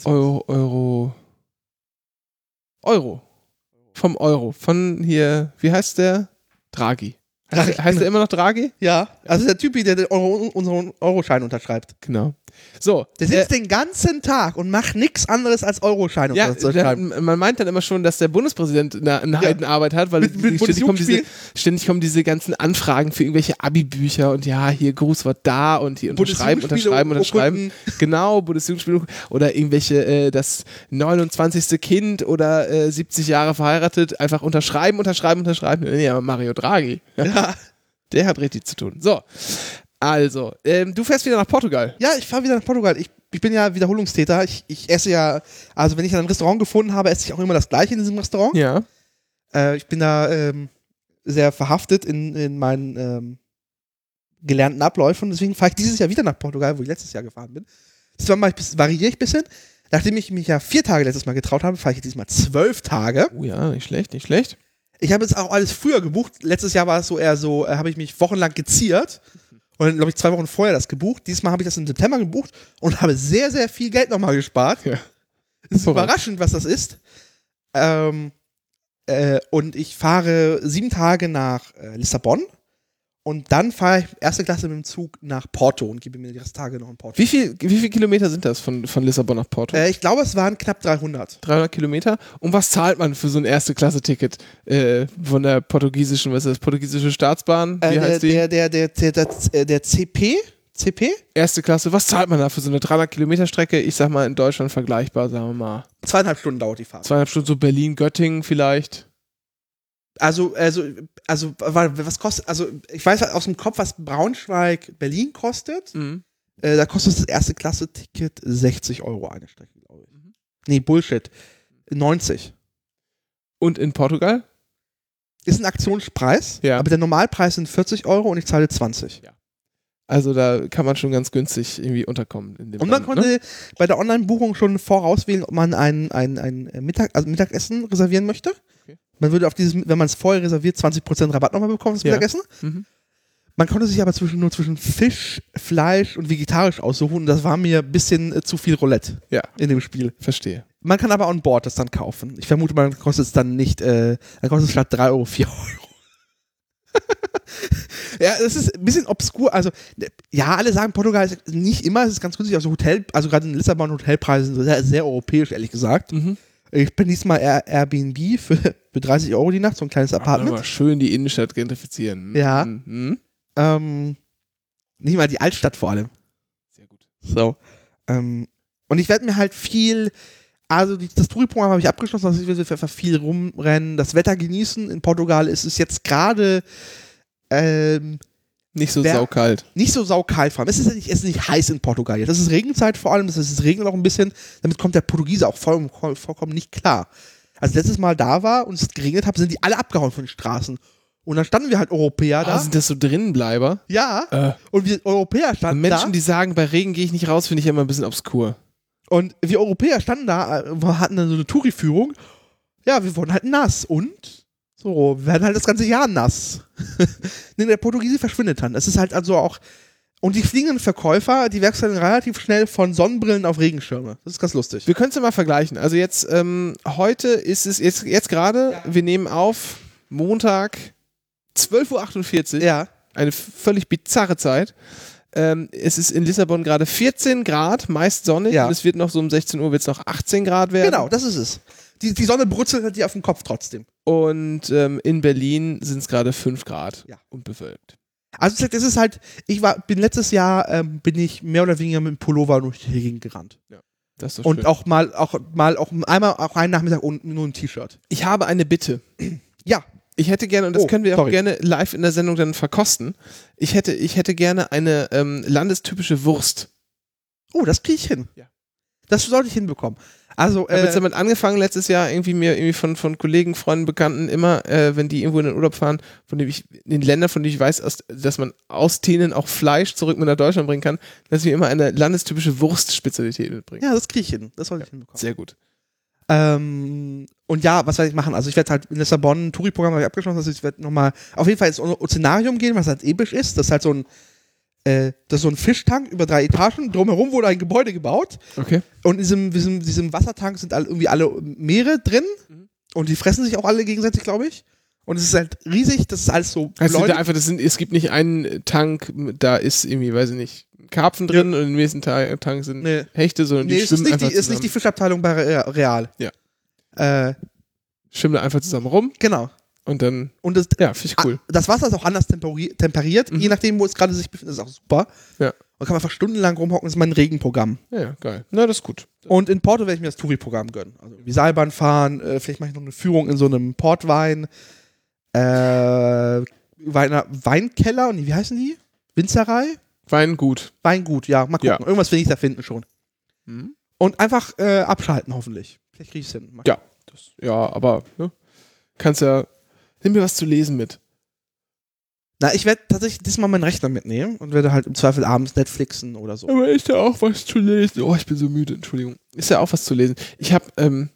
Vom Euro. Von hier, wie heißt der? Draghi. Heißt der immer noch Draghi? Ja, also der Typ, der unseren Euroschein unterschreibt. Genau. So. Der sitzt den ganzen Tag und macht nichts anderes als Euroschein unterschreiben. Man meint dann immer schon, dass der Bundespräsident eine Heidenarbeit hat, weil ständig kommen diese ganzen Anfragen für irgendwelche Abi-Bücher und ja, hier Grußwort da und hier unterschreiben. Genau, Bundesjugendspiele oder irgendwelche, das 29. Kind oder 70 Jahre verheiratet, einfach unterschreiben. Ja, Mario Draghi. Ja. Der hat richtig zu tun. So. Also, du fährst wieder nach Portugal. Ja, ich fahre wieder nach Portugal. Ich bin ja Wiederholungstäter. Ich esse ja, also wenn ich ein Restaurant gefunden habe, esse ich auch immer das Gleiche in diesem Restaurant. Ja. Ich bin da sehr verhaftet in meinen gelernten Abläufen. Deswegen fahre ich dieses Jahr wieder nach Portugal, wo ich letztes Jahr gefahren bin. Diesmal variiere ich ein bisschen. Nachdem ich mich ja 4 Tage letztes Mal getraut habe, fahre ich diesmal 12 Tage. Oh ja, nicht schlecht, nicht schlecht. Ich habe jetzt auch alles früher gebucht. Letztes Jahr war es so eher so, habe ich mich wochenlang geziert. Und dann, glaube ich, 2 Wochen vorher das gebucht. Dieses Mal habe ich das im September gebucht und habe sehr, sehr viel Geld nochmal gespart. Ja. Es ist überraschend, was das ist. Und ich fahre 7 Tage nach Lissabon. Und dann fahre ich erste Klasse mit dem Zug nach Porto und gebe mir die Resttage noch in Porto. Wie viel Kilometer sind das von Lissabon nach Porto? Ich glaube, es waren knapp 300. 300 Kilometer? Und was zahlt man für so ein Erste-Klasse-Ticket von der portugiesische Staatsbahn? Wie heißt die? Der CP? Erste Klasse. Was zahlt man da für so eine 300 Kilometer Strecke? Ich sag mal, in Deutschland vergleichbar, sagen wir mal. 2,5 Stunden dauert die Fahrt. 2,5 Stunden, so Berlin-Göttingen vielleicht. Also, was kostet, also, ich weiß aus dem Kopf, was Braunschweig-Berlin kostet. Mhm. Da kostet das Erste-Klasse-Ticket 60 € eine Strecke, glaube ich. Nee, Bullshit. 90. Und in Portugal? Ist ein Aktionspreis, ja. Aber der Normalpreis sind 40 € und ich zahle 20. Ja. Also da kann man schon ganz günstig irgendwie unterkommen. In dem Und man Land, konnte bei der Online-Buchung schon vorauswählen, ob man ein Mittagessen reservieren möchte. Okay. Man würde wenn man es vorher reserviert, 20% Rabatt nochmal bekommen, das Mittagessen. Mhm. Man konnte sich aber nur zwischen Fisch, Fleisch und vegetarisch aussuchen. Und das war mir ein bisschen zu viel Roulette in dem Spiel. Verstehe. Man kann aber on board das dann kaufen. Ich vermute, man kostet es dann nicht, dann kostet es statt 3 Euro 4 Euro. Ja, das ist ein bisschen obskur. Also, ja, alle sagen, Portugal ist nicht immer, es ist ganz günstig. Also gerade in Lissabon Hotelpreise sind sehr, sehr europäisch, ehrlich gesagt. Mhm. Ich bin diesmal Airbnb für 30 Euro die Nacht, so ein kleines Apartment. Aber schön die Innenstadt gentrifizieren. Ja. Mhm. Nicht mal die Altstadt vor allem. Sehr gut. So. Und ich werde mir halt das Touri-Programm habe ich abgeschlossen, also ich will einfach viel rumrennen, das Wetter genießen. In Portugal ist es jetzt gerade nicht so saukalt. Nicht so saukalt vor allem. Es ist nicht heiß in Portugal jetzt. Das ist Regenzeit vor allem, es regnet auch ein bisschen. Damit kommt der Portugiese auch vollkommen nicht klar. Als ich letztes Mal da war und es geregnet hat, sind die alle abgehauen von den Straßen. Und dann standen wir halt Europäer da. Sind das so Drinnenbleiber? Ja. Und wir Europäer standen da. Menschen, die sagen, bei Regen gehe ich nicht raus, finde ich immer ein bisschen obskur. Und wir Europäer standen da, hatten dann so eine Touri-Führung. Ja, wir wurden halt nass. Und so, wir werden halt das ganze Jahr nass. Nee, der Portugiese verschwindet dann. Es ist halt also auch. Und die fliegenden Verkäufer, die wechseln relativ schnell von Sonnenbrillen auf Regenschirme. Das ist ganz lustig. Wir können es ja mal vergleichen. Also jetzt, heute ist es, jetzt gerade, wir nehmen auf Montag 12.48 Uhr. Ja. Eine völlig bizarre Zeit. Es ist in Lissabon gerade 14 Grad, meist sonnig. Ja. Und es wird noch so um 16 Uhr wird es noch 18 Grad werden. Genau, das ist es. Die Sonne brutzelt halt dir auf den Kopf trotzdem. Und in Berlin sind es gerade 5 Grad und bewölkt. Also das ist halt, bin letztes Jahr bin ich mehr oder weniger mit dem Pullover durch die Gegend gerannt. Ja, das ist doch und schön. auch einmal einen Nachmittag und nur ein T-Shirt. Ich habe eine Bitte. Ja. Ich hätte gerne, und das können wir auch gerne live in der Sendung dann verkosten, ich hätte gerne eine landestypische Wurst. Oh, das kriege ich hin. Ja. Das sollte ich hinbekommen. Also, ich habe jetzt damit angefangen, letztes Jahr irgendwie von Kollegen, Freunden, Bekannten, immer, wenn die irgendwo in den Urlaub fahren, von den Ländern, von denen ich weiß, dass man aus denen auch Fleisch zurück mit nach Deutschland bringen kann, dass wir immer eine landestypische Wurstspezialität mitbringen. Ja, das kriege ich hin. Das sollte ich hinbekommen. Sehr gut. Und ja, was werde ich machen? Also ich werde halt in Lissabon ein Touri-Programm habe ich abgeschlossen, also ich werde nochmal auf jeden Fall ins Ozeanarium gehen, was halt episch ist. Das ist halt so ein Fischtank über 3 Etagen. Drumherum wurde ein Gebäude gebaut. Okay. Und in diesem Wassertank sind irgendwie alle Meere drin. Mhm. Und die fressen sich auch alle gegenseitig, glaube ich. Und es ist halt riesig, das ist alles so. Also es gibt nicht einen Tank, da ist irgendwie, weiß ich nicht, Karpfen drin und im nächsten Tank sind Hechte, sondern die schwimmen einfach zusammen. Ist nicht die Fischabteilung bei Real. Ja. Schwimmen da einfach zusammen rum. Genau. Und dann, finde ich cool. Das Wasser ist auch anders temperiert, je nachdem, wo es gerade sich befindet, ist auch super. Ja. Man kann einfach stundenlang rumhocken, das ist mein Regenprogramm. Ja, geil. Na, das ist gut. Und in Porto werde ich mir das Touri-Programm gönnen. Also wie Seilbahn fahren, vielleicht mache ich noch eine Führung in so einem Portwein, Weinkeller, und wie heißen die? Winzerei? Weingut, ja, mal gucken. Ja. Irgendwas will ich da finden schon. Mhm. Und einfach abschalten, hoffentlich. Vielleicht kriege ich es hin. Aber kannst ja, nimm mir was zu lesen mit. Na, ich werde tatsächlich diesmal meinen Rechner mitnehmen und werde halt im Zweifel abends Netflixen oder so. Aber ist ja auch was zu lesen. Oh, ich bin so müde, Entschuldigung. Ist ja auch was zu lesen. Ich habe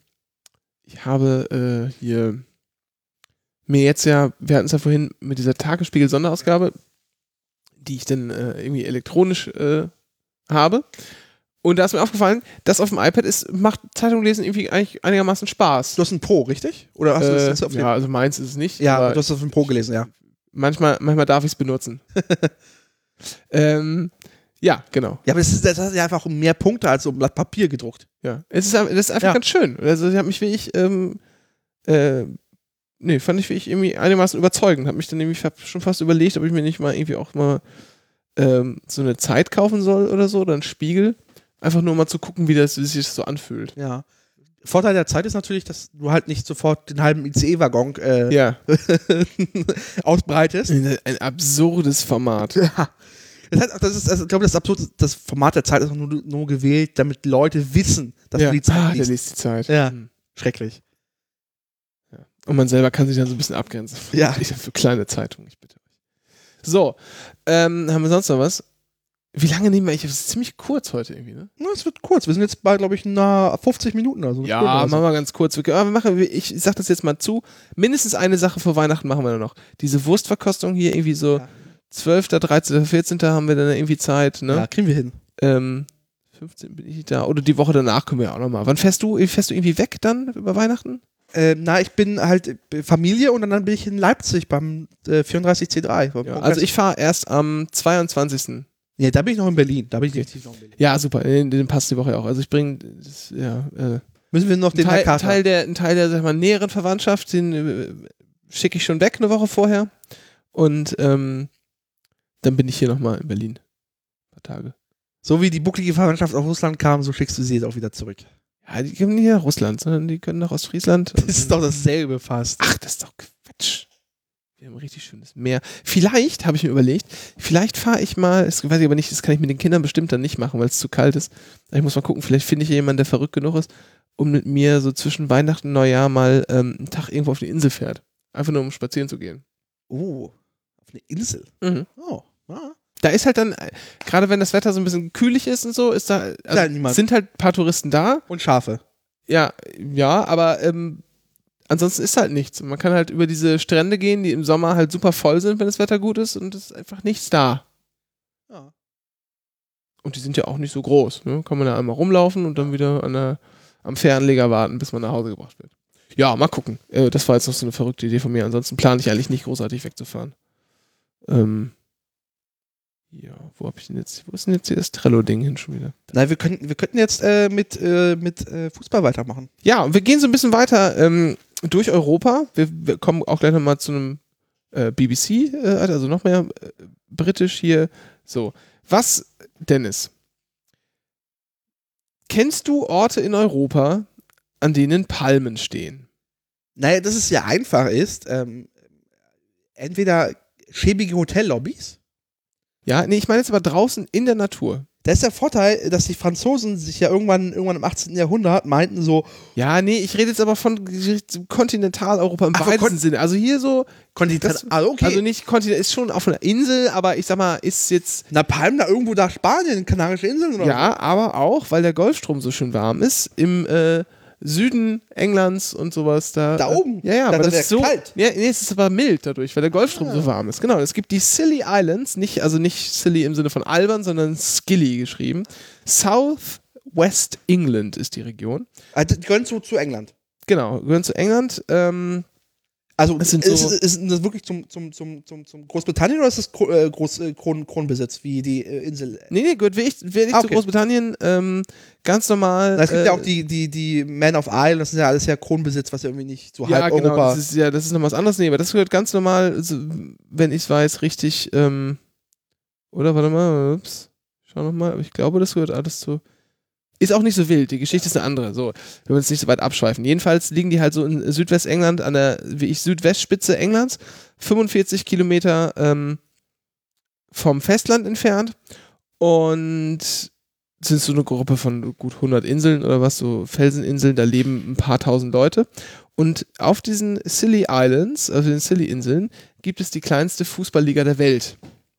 hier mir jetzt wir hatten es ja vorhin mit dieser Tagesspiegel-Sonderausgabe, die ich dann irgendwie elektronisch habe. Und da ist mir aufgefallen, dass auf dem iPad macht Zeitung lesen irgendwie eigentlich einigermaßen Spaß. Du hast ein Pro, richtig? Oder hast du das auf also meins ist es nicht. Ja, aber du hast auf dem Pro gelesen, ja. Manchmal darf ich es benutzen. Ja, genau. Ja, aber das ist ja einfach mehr Punkte als so ein Blatt Papier gedruckt. Ja, das ist einfach ganz schön. Also ich habe mich wirklich fand ich wirklich irgendwie einigermaßen überzeugend. Habe mich dann nämlich schon fast überlegt, ob ich mir nicht mal irgendwie auch mal so eine Zeit kaufen soll oder so, oder einen Spiegel. Einfach nur mal zu gucken, wie sich das so anfühlt. Ja. Vorteil der Zeit ist natürlich, dass du halt nicht sofort den halben ICE-Waggon ausbreitest. Ein absurdes Format. Ja. Ich glaube, das Format der Zeit ist auch nur gewählt, damit Leute wissen, dass du die Zeit liest. Der liest die Zeit. Ja, schrecklich. Ja. Und man selber kann sich dann so ein bisschen abgrenzen. Ja. Für kleine Zeitungen, ich bitte euch. So, haben wir sonst noch was? Wie lange nehmen wir eigentlich? Das ist ziemlich kurz heute irgendwie, ne? Na, es wird kurz. Wir sind jetzt bei, glaube ich, 50 Minuten oder so. Ja, machen wir ganz kurz. Ich sag das jetzt mal zu. Mindestens eine Sache vor Weihnachten machen wir noch. Diese Wurstverkostung hier irgendwie so 12., 13., 14. haben wir dann irgendwie Zeit, ne? Ja, kriegen wir hin. 15 bin ich da. Oder die Woche danach können wir ja auch nochmal. Wann fährst du? Fährst du irgendwie weg dann über Weihnachten? Ich bin halt Familie und dann bin ich in Leipzig beim 34C3. Ja, also ich fahre erst am 22. Ja, da bin ich noch in Berlin. Da bin ich definitiv noch in Berlin. Ja, super. Den passt die Woche auch. Also ich bringe, müssen wir noch den ein Teil der sag ich mal, näheren Verwandtschaft, den schicke ich schon weg eine Woche vorher. Und dann bin ich hier nochmal in Berlin. Ein paar Tage. So wie die bucklige Verwandtschaft aus Russland kam, so schickst du sie jetzt auch wieder zurück. Ja, die kommen nicht nach Russland, sondern die können nach Ostfriesland. Das ist doch dasselbe fast. Ach, das ist doch Quatsch. Wir haben ein richtig schönes Meer. Vielleicht, habe ich mir überlegt, vielleicht fahre ich mal, das weiß ich aber nicht, das kann ich mit den Kindern bestimmt dann nicht machen, weil es zu kalt ist. Ich muss mal gucken, vielleicht finde ich jemanden, der verrückt genug ist, um mit mir so zwischen Weihnachten und Neujahr mal einen Tag irgendwo auf die Insel fährt. Einfach nur, um spazieren zu gehen. Oh, auf eine Insel? Mhm. Oh, ja. Da ist halt dann, gerade wenn das Wetter so ein bisschen kühlig ist und so, ist da, sind halt ein paar Touristen da. Und Schafe. Ja, aber ansonsten ist halt nichts. Man kann halt über diese Strände gehen, die im Sommer halt super voll sind, wenn das Wetter gut ist, und es ist einfach nichts da. Ja. Und die sind ja auch nicht so groß. Ne? Kann man da einmal rumlaufen und dann wieder am Fährenleger warten, bis man nach Hause gebracht wird. Ja, mal gucken. Das war jetzt noch so eine verrückte Idee von mir. Ansonsten plane ich eigentlich nicht großartig wegzufahren. Ja, wo ist denn jetzt hier das Trello-Ding hin schon wieder? Nein, wir könnten jetzt mit Fußball weitermachen. Ja, und wir gehen so ein bisschen weiter durch Europa. Wir kommen auch gleich nochmal zu einem BBC, also noch mehr britisch hier. So, was, Dennis? Kennst du Orte in Europa, an denen Palmen stehen? Naja, dass es ja einfach ist, entweder schäbige Hotellobbys. Ja, nee, ich meine jetzt aber draußen in der Natur. Da ist der Vorteil, dass die Franzosen sich ja irgendwann im 18. Jahrhundert meinten so. Ja, nee, ich rede jetzt aber von Kontinentaleuropa im weitesten Sinne. Also hier so. Okay. Also nicht Kontinent, ist schon auf einer Insel, aber ich sag mal, ist jetzt. Na, Palmen da irgendwo da Spanien, Kanarische Inseln oder ja, aber auch, weil der Golfstrom so schön warm ist, im Süden Englands und sowas da. Da oben? Ja, da aber das ist so kalt. Ja, nee, es ist aber mild dadurch, weil der Golfstrom so warm ist. Genau, es gibt die Scilly Islands, nicht Silly im Sinne von albern, sondern Skilly geschrieben. South West England ist die Region. Also, die gehören zu England. Genau, gehören zu England. Also ist das wirklich zum Großbritannien oder ist das Kronbesitz wie die Insel? Nee, gehört wirklich zu Großbritannien. Ganz normal. Es gibt ja auch die Man of Isle, das ist ja alles ja Kronbesitz, was ja irgendwie nicht so halb genau, Europa. das ist noch was anderes. Nee, aber das gehört ganz normal, wenn ich es weiß, richtig. Oder warte mal, schau nochmal. Ich glaube, das gehört alles zu. Ist auch nicht so wild, die Geschichte ist eine andere, so, wenn wir uns nicht so weit abschweifen. Jedenfalls liegen die halt so in Südwestengland, an der, Südwestspitze Englands, 45 Kilometer vom Festland entfernt, und sind so eine Gruppe von gut 100 Inseln oder was, so Felseninseln, da leben ein paar tausend Leute. Und auf diesen Scilly Islands, also den Scilly-Inseln, gibt es die kleinste Fußballliga der Welt.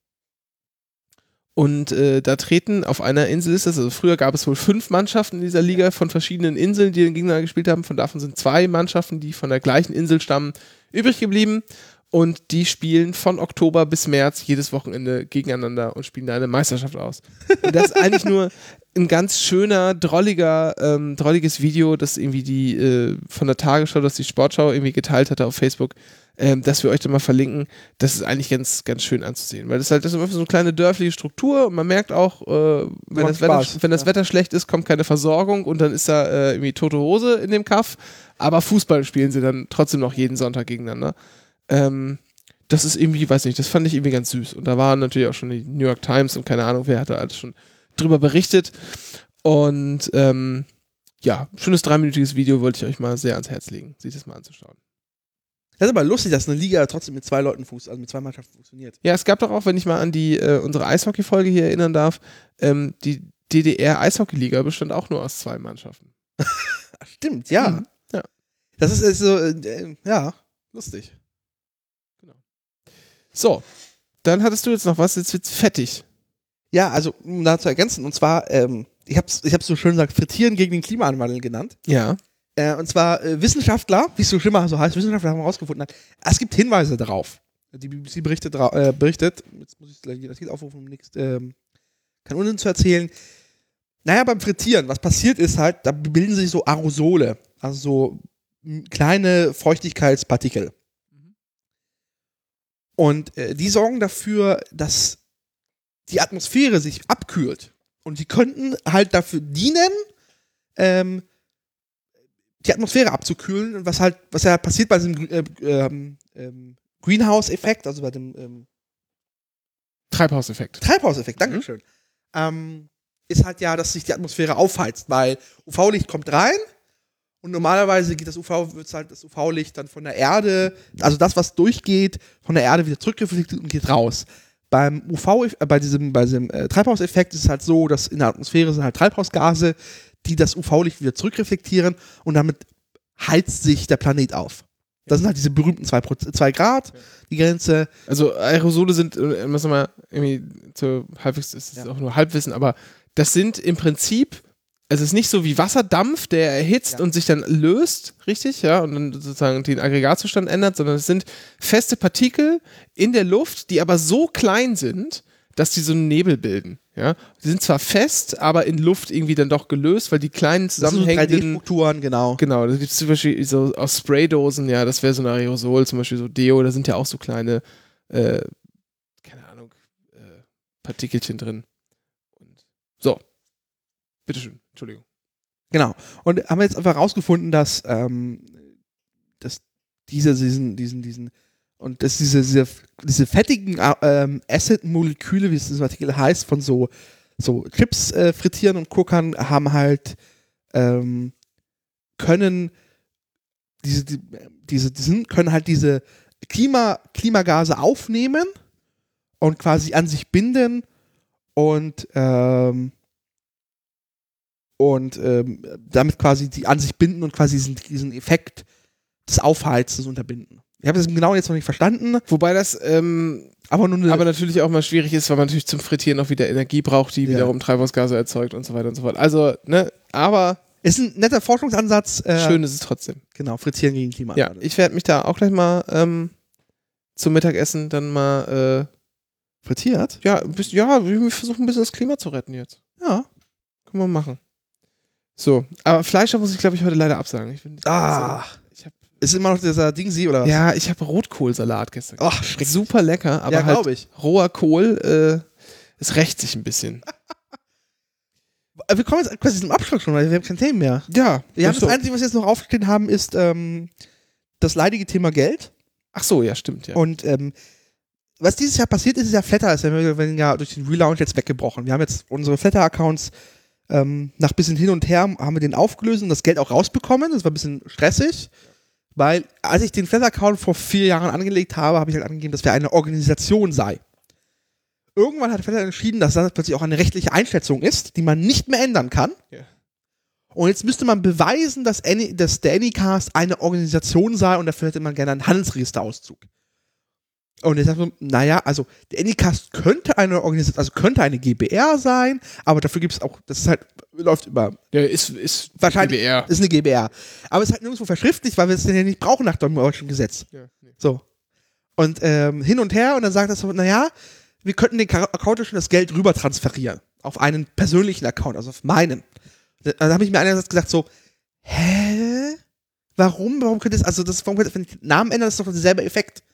Und da treten auf einer Insel ist das, also früher gab es wohl 5 Mannschaften in dieser Liga von verschiedenen Inseln, die gegeneinander gespielt haben. Von davon sind 2 Mannschaften, die von der gleichen Insel stammen, übrig geblieben. Und die spielen von Oktober bis März jedes Wochenende gegeneinander und spielen da eine Meisterschaft aus. Und das ist eigentlich nur ein ganz schöner, drolliges Video, das irgendwie die von der Tagesschau, das die Sportschau irgendwie geteilt hatte auf Facebook, dass wir euch da mal verlinken. Das ist eigentlich ganz, ganz schön anzusehen, weil das ist einfach so eine kleine dörfliche Struktur, und man merkt auch, wenn das Wetter schlecht ist, kommt keine Versorgung und dann ist da irgendwie tote Hose in dem Kaff, aber Fußball spielen sie dann trotzdem noch jeden Sonntag gegeneinander. Das ist irgendwie, weiß nicht, das fand ich irgendwie ganz süß. Und da waren natürlich auch schon die New York Times und keine Ahnung, wer hatte alles schon drüber berichtet. Und ja, schönes 3-minütiges Video, wollte ich euch mal sehr ans Herz legen, sich das mal anzuschauen. Das ist aber lustig, dass eine Liga trotzdem mit 2 Leuten mit 2 Mannschaften funktioniert. Ja, es gab doch auch, wenn ich mal an die unsere Eishockey-Folge hier erinnern darf, die DDR-Eishockey-Liga bestand auch nur aus 2 Mannschaften. Stimmt, ja. Mhm. Ja. Das ist so, ja, lustig. Genau. So, dann hattest du jetzt noch was, jetzt wird's fettig. Ja, also um da zu ergänzen, und zwar, ich hab's so schön gesagt, Frittieren gegen den Klimawandel genannt. Ja. Und zwar Wissenschaftler, wie es so schlimmer so heißt, Wissenschaftler haben herausgefunden, es gibt Hinweise darauf. Die BBC berichtet, jetzt muss ich gleich den Artikel aufrufen, um nichts, keinen Unsinn zu erzählen. Naja, beim Frittieren, was passiert ist halt, da bilden sich so Aerosole, also so kleine Feuchtigkeitspartikel. Und die sorgen dafür, dass die Atmosphäre sich abkühlt. Und die könnten halt dafür dienen, die Atmosphäre abzukühlen, was ja passiert bei diesem Greenhouse-Effekt, also bei dem Treibhauseffekt. Dankeschön. Ist halt ja, dass sich die Atmosphäre aufheizt, weil UV-Licht kommt rein und normalerweise geht das UV-Licht dann von der Erde, also das, was durchgeht, von der Erde wieder zurückreflektiert und geht raus. Bei diesem Treibhauseffekt ist es halt so, dass in der Atmosphäre sind halt Treibhausgase, die das UV-Licht wieder zurückreflektieren und damit heizt sich der Planet auf. Das sind halt diese berühmten 2 Grad, die Grenze. Also Aerosole sind, müssen wir irgendwie halbwegs, ist auch nur Halbwissen, aber das sind im Prinzip, es ist nicht so wie Wasserdampf, der erhitzt und sich dann löst, richtig, ja, und dann sozusagen den Aggregatzustand ändert, sondern es sind feste Partikel in der Luft, die aber so klein sind, dass die so einen Nebel bilden, ja. Die sind zwar fest, aber in Luft irgendwie dann doch gelöst, weil die kleinen zusammenhängenden... Das sind so 3D-Strukturen, genau. Genau, das gibt es zum Beispiel so aus Spraydosen, ja, das wäre so ein Aerosol, zum Beispiel so Deo, da sind ja auch so kleine, keine Ahnung, Partikelchen drin. Und so, bitteschön, Entschuldigung. Genau, und haben wir jetzt einfach rausgefunden, dass diese fettigen Acid-Moleküle, wie es in diesem Artikel heißt, von so Chips frittieren und guckern, haben halt können halt diese Klimagase aufnehmen und quasi an sich binden und damit quasi die an sich binden und quasi diesen Effekt des Aufheizens unterbinden. Ich habe das genau jetzt noch nicht verstanden. Wobei das aber natürlich auch mal schwierig ist, weil man natürlich zum Frittieren auch wieder Energie braucht, die wiederum Treibhausgase erzeugt und so weiter und so fort. Also, ne, aber... Ist ein netter Forschungsansatz. Schön ist es trotzdem. Genau, Frittieren gegen Klima. Ja, ich werde mich da auch gleich mal zum Mittagessen dann mal frittiert? Ja, wir versuchen ein bisschen das Klima zu retten jetzt. Ja. Können wir machen. So, aber Fleisch muss ich, glaube ich, heute leider absagen. Ist immer noch dieser Dingsi, oder was? Ja, ich habe Rotkohlsalat gestern. Ach, schrecklich. Super lecker, aber ja, halt roher Kohl, es rächt sich ein bisschen. Wir kommen jetzt quasi zum Abschluss schon, weil wir haben kein Thema mehr. Ja. Das Einzige, was wir jetzt noch aufstehen haben, ist das leidige Thema Geld. Ach so, ja, stimmt, ja. Und was dieses Jahr passiert ist, Flatter ist ja mehr oder weniger durch den Relaunch jetzt weggebrochen. Wir haben jetzt unsere Flatter-Accounts nach bisschen hin und her haben wir den aufgelöst und das Geld auch rausbekommen. Das war ein bisschen stressig, weil als ich den Flatter-Account vor 4 Jahren angelegt habe, habe ich halt angegeben, dass wir eine Organisation sei. Irgendwann hat Flatter entschieden, dass das plötzlich auch eine rechtliche Einschätzung ist, die man nicht mehr ändern kann. Ja. Und jetzt müsste man beweisen, dass der Anycast eine Organisation sei und dafür hätte man gerne einen Handelsregisterauszug. Und jetzt sagt man, naja, also der Anycast könnte eine Organisation, also könnte eine GbR sein, aber dafür gibt es auch, das ist halt, läuft über. Ja, ist wahrscheinlich GbR. Ist eine GbR. Aber es ist halt nirgendwo verschriftlicht, weil wir es ja nicht brauchen nach dem deutschen Gesetz. Ja, nee. So. Und hin und her und dann sagt das so, naja, wir könnten den Account schon das Geld rüber transferieren. Auf einen persönlichen Account, also auf meinen. Dann habe ich mir einerseits gesagt so, hä? Warum? Warum könnte es, also das, warum könnte, wenn ich den Namen ändere, das ist doch derselbe Effekt.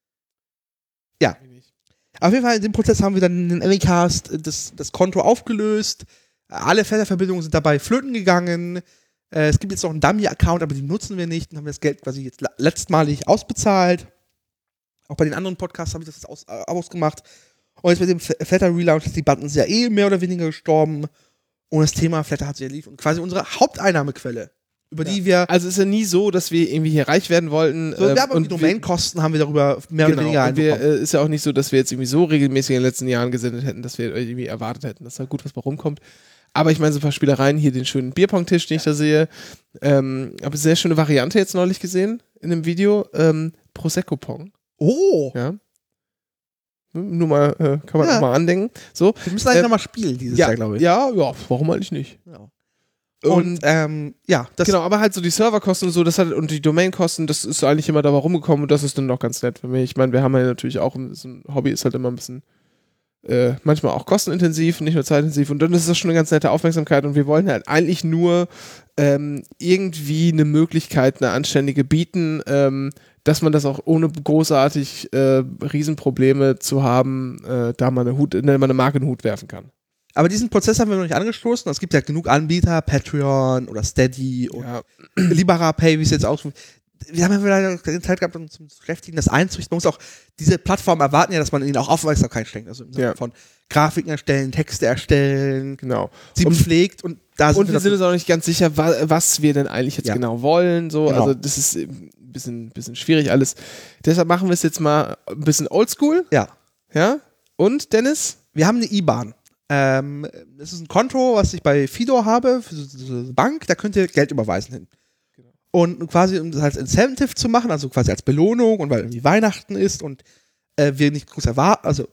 Ja. Auf jeden Fall in dem Prozess haben wir dann den Anycast das Konto aufgelöst. Alle Flatterverbindungen sind dabei flöten gegangen. Es gibt jetzt noch einen Dummy-Account, aber den nutzen wir nicht. Dann haben wir das Geld quasi jetzt letztmalig ausbezahlt. Auch bei den anderen Podcasts habe ich das jetzt ausgemacht. Und jetzt mit dem Flatter-Relaunch ist die Button ja mehr oder weniger gestorben. Und das Thema Flatter hat sich erliefert. Und quasi unsere Haupteinnahmequelle, über die wir... Also es ist ja nie so, dass wir irgendwie hier reich werden wollten. So, ja, aber die Domainkosten haben wir darüber mehr oder weniger einbekommen. Ist ja auch nicht so, dass wir jetzt irgendwie so regelmäßig in den letzten Jahren gesendet hätten, dass wir irgendwie erwartet hätten, dass da gut was bei rumkommt. Aber ich meine, so ein paar Spielereien, hier den schönen Bierpong-Tisch, den ich da sehe. Habe eine sehr schöne Variante jetzt neulich gesehen in einem Video. Prosecco-Pong. Oh! Ja. Nur mal, kann man auch mal andenken. So. Wir müssen eigentlich nochmal spielen dieses Jahr, glaube ich. Ja, warum eigentlich nicht? Ja. Und das genau, aber halt so die Serverkosten und so, und die Domainkosten, das ist eigentlich immer dabei rumgekommen und das ist dann noch ganz nett für mich. Ich meine, wir haben ja natürlich auch, so ein Hobby ist halt immer ein bisschen manchmal auch kostenintensiv, nicht nur zeitintensiv und dann ist das schon eine ganz nette Aufmerksamkeit und wir wollen halt eigentlich nur irgendwie eine Möglichkeit, eine anständige bieten, dass man das auch ohne großartig Riesenprobleme zu haben, da mal eine Marke in den Hut werfen kann. Aber diesen Prozess haben wir noch nicht angestoßen. Es gibt ja genug Anbieter, Patreon oder Steady oder LiberaPay, wie es jetzt ausruft. Wir haben ja wieder keine Zeit gehabt, uns zu beschäftigen, das einzurichten. Man muss auch, diese Plattformen erwarten ja, dass man ihnen auch Aufmerksamkeit schenkt. Also im Sinne von Grafiken erstellen, Texte erstellen, sie pflegt und da sind wir sind uns auch nicht ganz sicher, was wir denn eigentlich jetzt genau wollen. So. Genau. Also das ist ein bisschen schwierig alles. Deshalb machen wir es jetzt mal ein bisschen oldschool. Ja. Und, Dennis? Wir haben eine IBAN. Das ist ein Konto, was ich bei Fido habe, für so eine Bank, da könnt ihr Geld überweisen hin. Genau. Und quasi, um das als Incentive zu machen, also quasi als Belohnung und weil irgendwie Weihnachten ist und wir nicht groß erwarten, also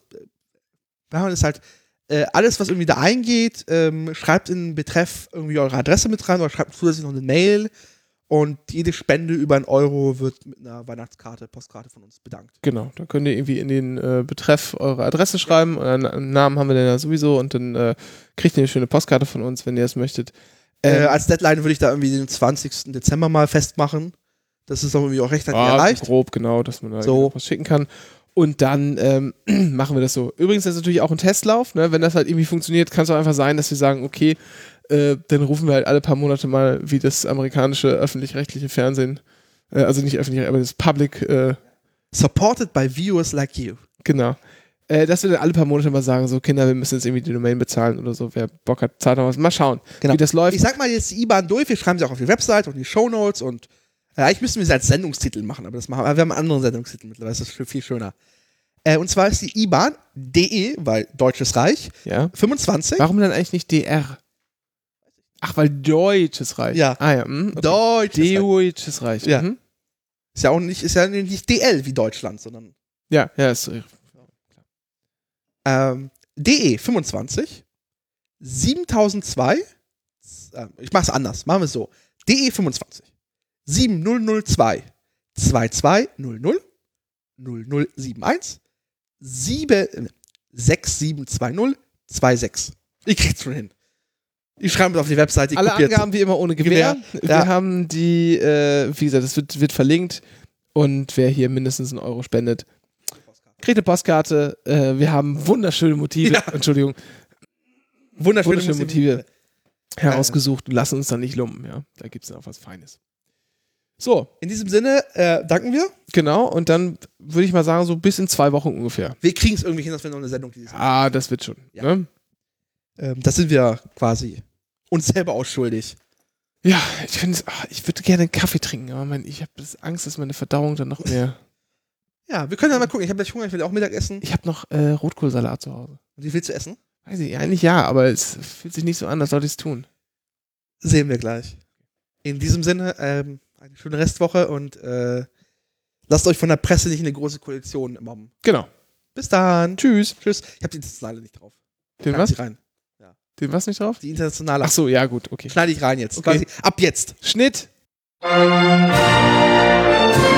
da haben wir das halt, alles, was irgendwie da eingeht, schreibt in den Betreff irgendwie eure Adresse mit rein oder schreibt zusätzlich noch eine Mail und jede Spende über €1 wird mit einer Postkarte von uns bedankt. Genau, dann könnt ihr irgendwie in den Betreff eure Adresse schreiben, euren Namen haben wir dann ja sowieso und dann kriegt ihr eine schöne Postkarte von uns, wenn ihr es möchtet. Als Deadline würde ich da irgendwie den 20. Dezember mal festmachen. Das ist auch irgendwie auch rechtzeitig erreicht. Grob, genau, dass man da was schicken kann. Und dann machen wir das so. Übrigens, das ist natürlich auch ein Testlauf. Ne? Wenn das halt irgendwie funktioniert, kann es auch einfach sein, dass wir sagen, okay, dann rufen wir halt alle paar Monate mal wie das amerikanische öffentlich-rechtliche Fernsehen, also nicht öffentlich, aber das Public. Supported by viewers like you. Genau. Dass wir dann alle paar Monate mal sagen, so Kinder, wir müssen jetzt irgendwie die Domain bezahlen oder so. Wer Bock hat, zahlt noch was. Mal schauen, wie das läuft. Ich sag mal jetzt die IBAN durch, wir schreiben sie auch auf die Website und die Shownotes und eigentlich müssen wir sie als Sendungstitel machen, aber wir haben einen anderen Sendungstitel mittlerweile, das ist viel schöner. Und zwar ist die IBAN DE, weil Deutsches Reich, 25. Warum dann eigentlich nicht DR? Ach, weil Deutsches Reich. Ja. Okay. Deutsches Reich. Ja. Mhm. Ist ja nicht DL wie Deutschland, sondern. Ja, ist DE 25 7002 ich mach's anders, machen wir es so. DE 25 7002 2200 0071 6720 26. Ich krieg's schon hin. Ich schreibe es auf die Webseite. Alle Angaben wie immer ohne Gewähr. Wir haben die, wie gesagt, das wird verlinkt und wer hier mindestens €1 spendet, kriegt eine Postkarte. Wir haben wunderschöne Motive, Entschuldigung, wunderschöne Motive herausgesucht und lassen uns dann nicht lumpen. Ja? Da gibt es dann auch was Feines. So. In diesem Sinne, danken wir. Genau, und dann würde ich mal sagen, so bis in 2 Wochen ungefähr. Wir kriegen es irgendwie hin, dass wir noch eine Sendung dieses Jahr. Das wird schon. Ja. Ne? Das sind wir quasi uns selber auch schuldig. Ja, ich würde gerne einen Kaffee trinken, aber ich habe Angst, dass meine Verdauung dann noch mehr. Ja, wir können ja mal gucken. Ich habe gleich Hunger, ich will auch Mittagessen. Ich habe noch Rotkohlsalat zu Hause. Und wie willst du essen? Weiß ich, eigentlich ja, aber es fühlt sich nicht so an, als sollte ich es tun. Sehen wir gleich. In diesem Sinne, eine schöne Restwoche und lasst euch von der Presse nicht in eine große Koalition mobben. Genau. Bis dann. Tschüss. Ich habe die internationale nicht drauf. Den was? Rein. Ja. Den was nicht drauf? Die internationale. Ach so, ja gut, okay. Schneide ich rein jetzt. Okay. Quasi ab jetzt. Schnitt.